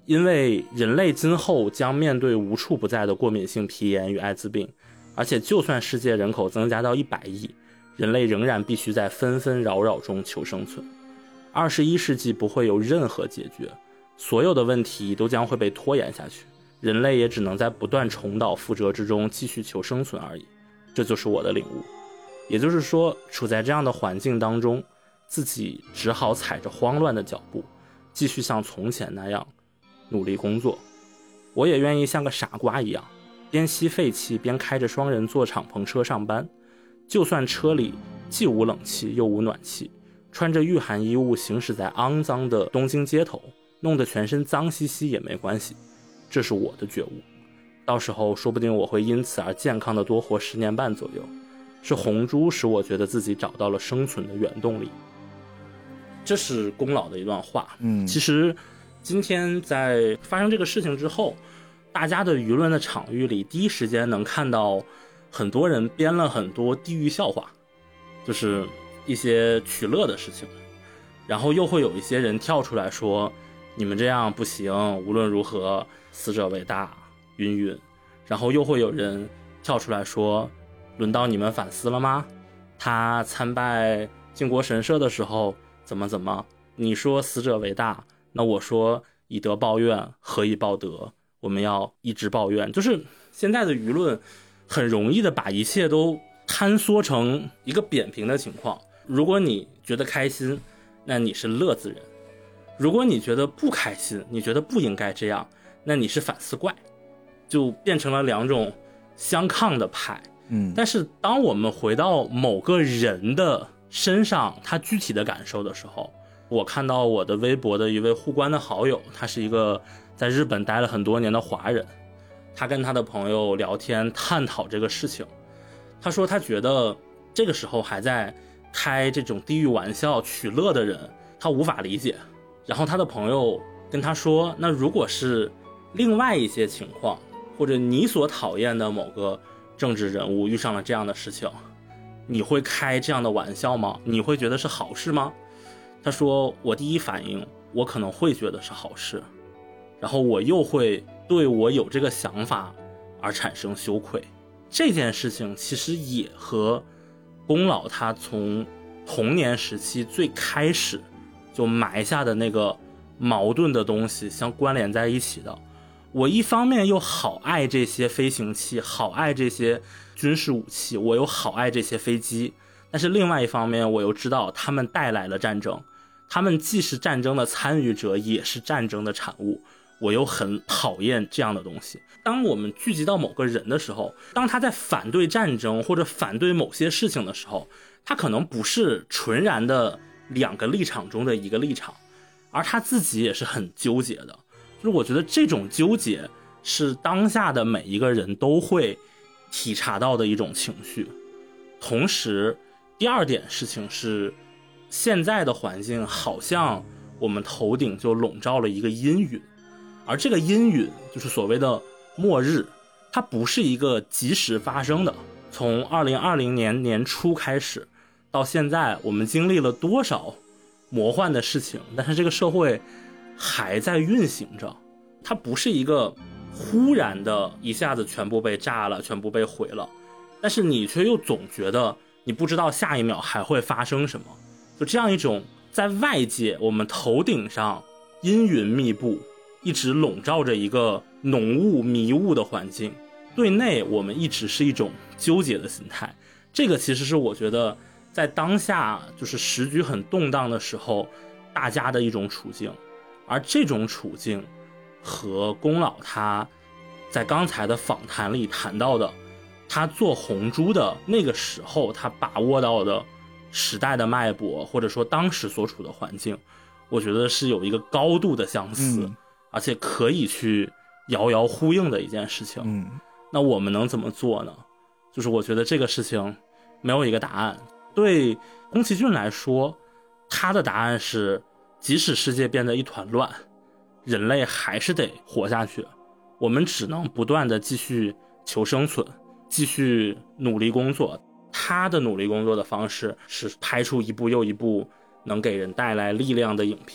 因为人类今后将面对无处不在的过敏性皮炎与艾滋病，而且就算世界人口增加到一百亿，人类仍然必须在纷纷扰扰中求生存。二十一世纪不会有任何解决，所有的问题都将会被拖延下去，人类也只能在不断重蹈覆辙之中继续求生存而已。这就是我的领悟。也就是说，处在这样的环境当中，自己只好踩着慌乱的脚步，继续像从前那样努力工作。我也愿意像个傻瓜一样，边吸废气边开着双人座敞篷车上班，就算车里既无冷气又无暖气，穿着御寒衣物行驶在肮脏的东京街头，弄得全身脏兮兮也没关系。这是我的觉悟。到时候说不定我会因此而健康的多活十年半左右。是红猪使我觉得自己找到了生存的原动力。这是宫老的一段话。 嗯， 其实今天在发生这个事情之后，大家的舆论的场域里，第一时间能看到很多人编了很多地狱笑话，就是一些取乐的事情，然后又会有一些人跳出来说你们这样不行，无论如何死者为大云云，然后又会有人跳出来说轮到你们反思了吗？他参拜靖国神社的时候怎么怎么，你说死者为大，那我说以德报怨，何以报德，我们要一直抱怨。就是现在的舆论很容易的把一切都坍缩成一个扁平的情况。如果你觉得开心，那你是乐子人；如果你觉得不开心，你觉得不应该这样，那你是反思怪。就变成了两种相抗的派。 嗯， 但是当我们回到某个人的身上，他具体的感受的时候，我看到我的微博的一位互关的好友，他是一个在日本待了很多年的华人，他跟他的朋友聊天探讨这个事情，他说他觉得这个时候还在开这种地狱玩笑取乐的人他无法理解。然后他的朋友跟他说，那如果是另外一些情况，或者你所讨厌的某个政治人物遇上了这样的事情，你会开这样的玩笑吗？你会觉得是好事吗？他说我第一反应我可能会觉得是好事，然后我又会对我有这个想法而产生羞愧。这件事情其实也和宫老他从童年时期最开始就埋下的那个矛盾的东西相关联在一起的。我一方面又好爱这些飞行器，好爱这些军事武器，我又好爱这些飞机，但是另外一方面我又知道他们带来了战争，他们既是战争的参与者，也是战争的产物，我又很讨厌这样的东西。当我们聚集到某个人的时候，当他在反对战争或者反对某些事情的时候，他可能不是纯然的两个立场中的一个立场，而他自己也是很纠结的。就是我觉得这种纠结是当下的每一个人都会体察到的一种情绪。同时第二点事情是，现在的环境好像我们头顶就笼罩了一个阴云，而这个阴云就是所谓的末日，它不是一个及时发生的。从二零二零年年初开始到现在，我们经历了多少魔幻的事情，但是这个社会还在运行着，它不是一个忽然的一下子全部被炸了，全部被毁了，但是你却又总觉得你不知道下一秒还会发生什么。就这样一种在外界我们头顶上阴云密布，一直笼罩着一个浓雾迷雾的环境，对内我们一直是一种纠结的心态。这个其实是我觉得在当下就是时局很动荡的时候大家的一种处境。而这种处境和宫老他在刚才的访谈里谈到的他做红猪的那个时候他把握到的时代的脉搏，或者说当时所处的环境，我觉得是有一个高度的相似、嗯、而且可以去遥遥呼应的一件事情、嗯、那我们能怎么做呢？就是我觉得这个事情没有一个答案。对宫崎骏来说，他的答案是即使世界变得一团乱，人类还是得活下去，我们只能不断的继续求生存，继续努力工作。他的努力工作的方式是拍出一部又一部能给人带来力量的影片，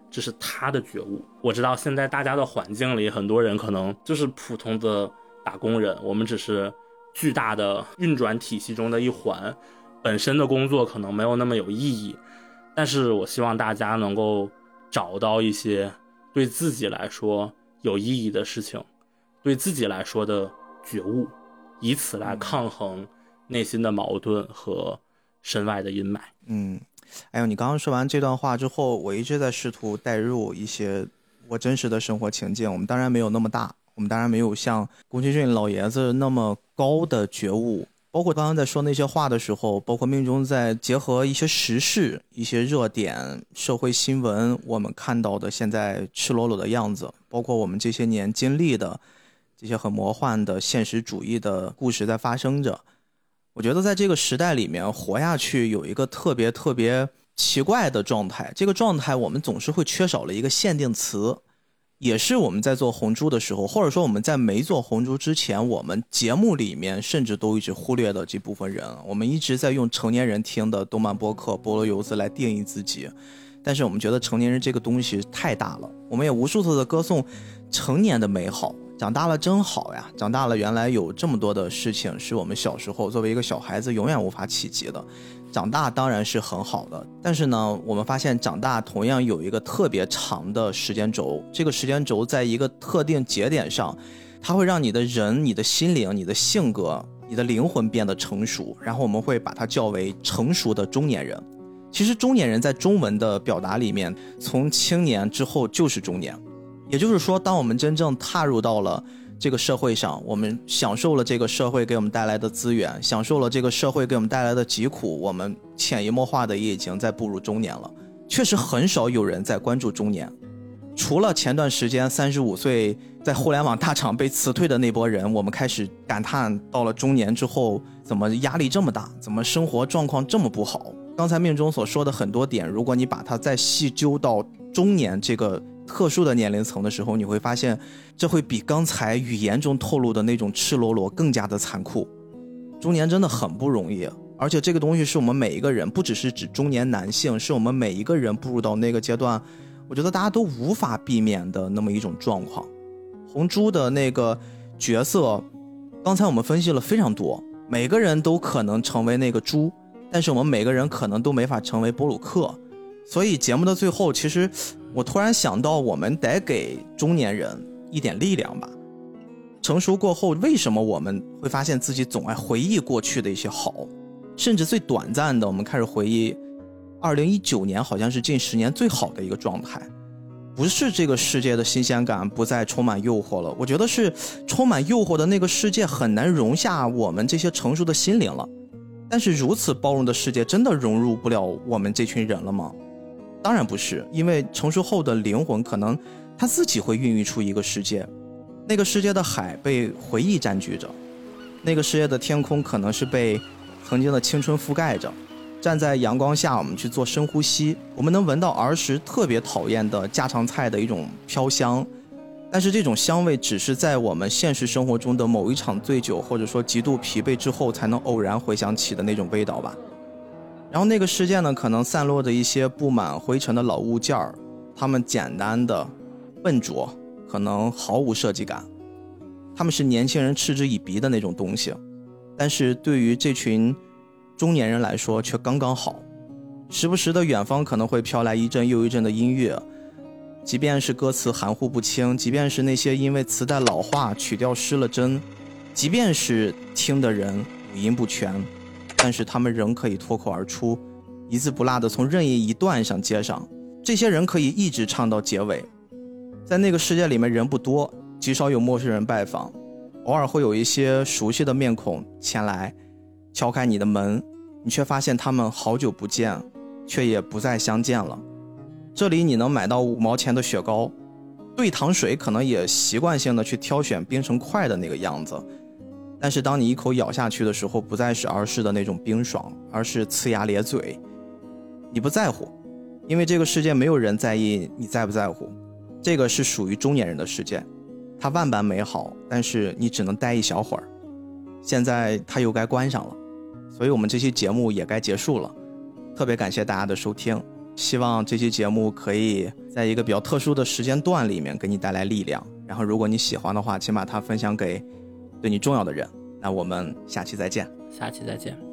这是他的觉悟。我知道现在大家的环境里，很多人可能就是普通的打工人，我们只是巨大的运转体系中的一环，本身的工作可能没有那么有意义，但是我希望大家能够找到一些对自己来说有意义的事情，对自己来说的觉悟，以此来抗衡内心的矛盾和身外的阴霾。 嗯，哎呦，你刚刚说完这段话之后，我一直在试图带入一些我真实的生活情境。我们当然没有那么大，我们当然没有像宫崎骏老爷子那么高的觉悟。包括刚刚在说那些话的时候，包括命中在结合一些时事、一些热点、社会新闻，我们看到的现在赤裸裸的样子，包括我们这些年经历的这些很魔幻的现实主义的故事在发生着。我觉得在这个时代里面活下去有一个特别特别奇怪的状态，这个状态我们总是会缺少了一个限定词，也是我们在做红猪的时候，或者说我们在没做红猪之前，我们节目里面甚至都一直忽略的这部分人。我们一直在用成年人听的动漫播客菠萝油子来定义自己，但是我们觉得成年人这个东西太大了，我们也无数次的歌颂成年的美好，长大了真好呀，长大了原来有这么多的事情是我们小时候作为一个小孩子永远无法企及的。长大当然是很好的，但是呢，我们发现长大同样有一个特别长的时间轴，这个时间轴在一个特定节点上，它会让你的人、你的心灵、你的性格、你的灵魂变得成熟，然后我们会把它叫为成熟的中年人。其实中年人在中文的表达里面，从青年之后就是中年，也就是说，当我们真正踏入到了这个社会上，我们享受了这个社会给我们带来的资源，享受了这个社会给我们带来的疾苦，我们潜移默化的也已经在步入中年了。确实很少有人在关注中年，除了前段时间三十五岁在互联网大厂被辞退的那波人，我们开始感叹到了中年之后怎么压力这么大，怎么生活状况这么不好。刚才命中所说的很多点，如果你把它再细究到中年这个特殊的年龄层的时候，你会发现这会比刚才语言中透露的那种赤裸裸更加的残酷。中年真的很不容易，而且这个东西是我们每一个人，不只是指中年男性，是我们每一个人步入到那个阶段，我觉得大家都无法避免的那么一种状况。红猪的那个角色刚才我们分析了非常多，每个人都可能成为那个猪，但是我们每个人可能都没法成为波鲁克。所以节目的最后，其实我突然想到，我们得给中年人一点力量吧。成熟过后，为什么我们会发现自己总爱回忆过去的一些好，甚至最短暂的，我们开始回忆二零一九年好像是近十年最好的一个状态。不是这个世界的新鲜感不再充满诱惑了，我觉得是充满诱惑的那个世界很难容下我们这些成熟的心灵了。但是如此包容的世界真的融入不了我们这群人了吗？当然不是，因为成熟后的灵魂可能他自己会孕育出一个世界，那个世界的海被回忆占据着，那个世界的天空可能是被曾经的青春覆盖着。站在阳光下，我们去做深呼吸，我们能闻到儿时特别讨厌的家常菜的一种飘香，但是这种香味只是在我们现实生活中的某一场醉酒或者说极度疲惫之后才能偶然回想起的那种味道吧。然后那个世界呢，可能散落着一些布满灰尘的老物件儿，它们简单的笨拙，可能毫无设计感，它们是年轻人嗤之以鼻的那种东西，但是对于这群中年人来说却刚刚好。时不时的远方可能会飘来一阵又一阵的音乐，即便是歌词含糊不清，即便是那些因为磁带老化曲调失了真，即便是听的人五音不全，但是他们仍可以脱口而出，一字不落的从任意一段上接上。这些人可以一直唱到结尾。在那个世界里面人不多，极少有陌生人拜访，偶尔会有一些熟悉的面孔前来敲开你的门，你却发现他们好久不见，却也不再相见了。这里你能买到五毛钱的雪糕，兑糖水可能也习惯性的去挑选冰成块的那个样子，但是当你一口咬下去的时候，不再是儿时的那种冰爽，而是呲牙咧嘴。你不在乎，因为这个世界没有人在意你在不在乎。这个是属于中年人的世界，它万般美好，但是你只能待一小会儿。现在它又该关上了，所以我们这期节目也该结束了。特别感谢大家的收听， 希望这期节目可以在一个比较特殊的时间段里面给你带来力量，然后如果你喜欢的话，请把它分享给对你重要的人。那我们下期再见。 下期再见。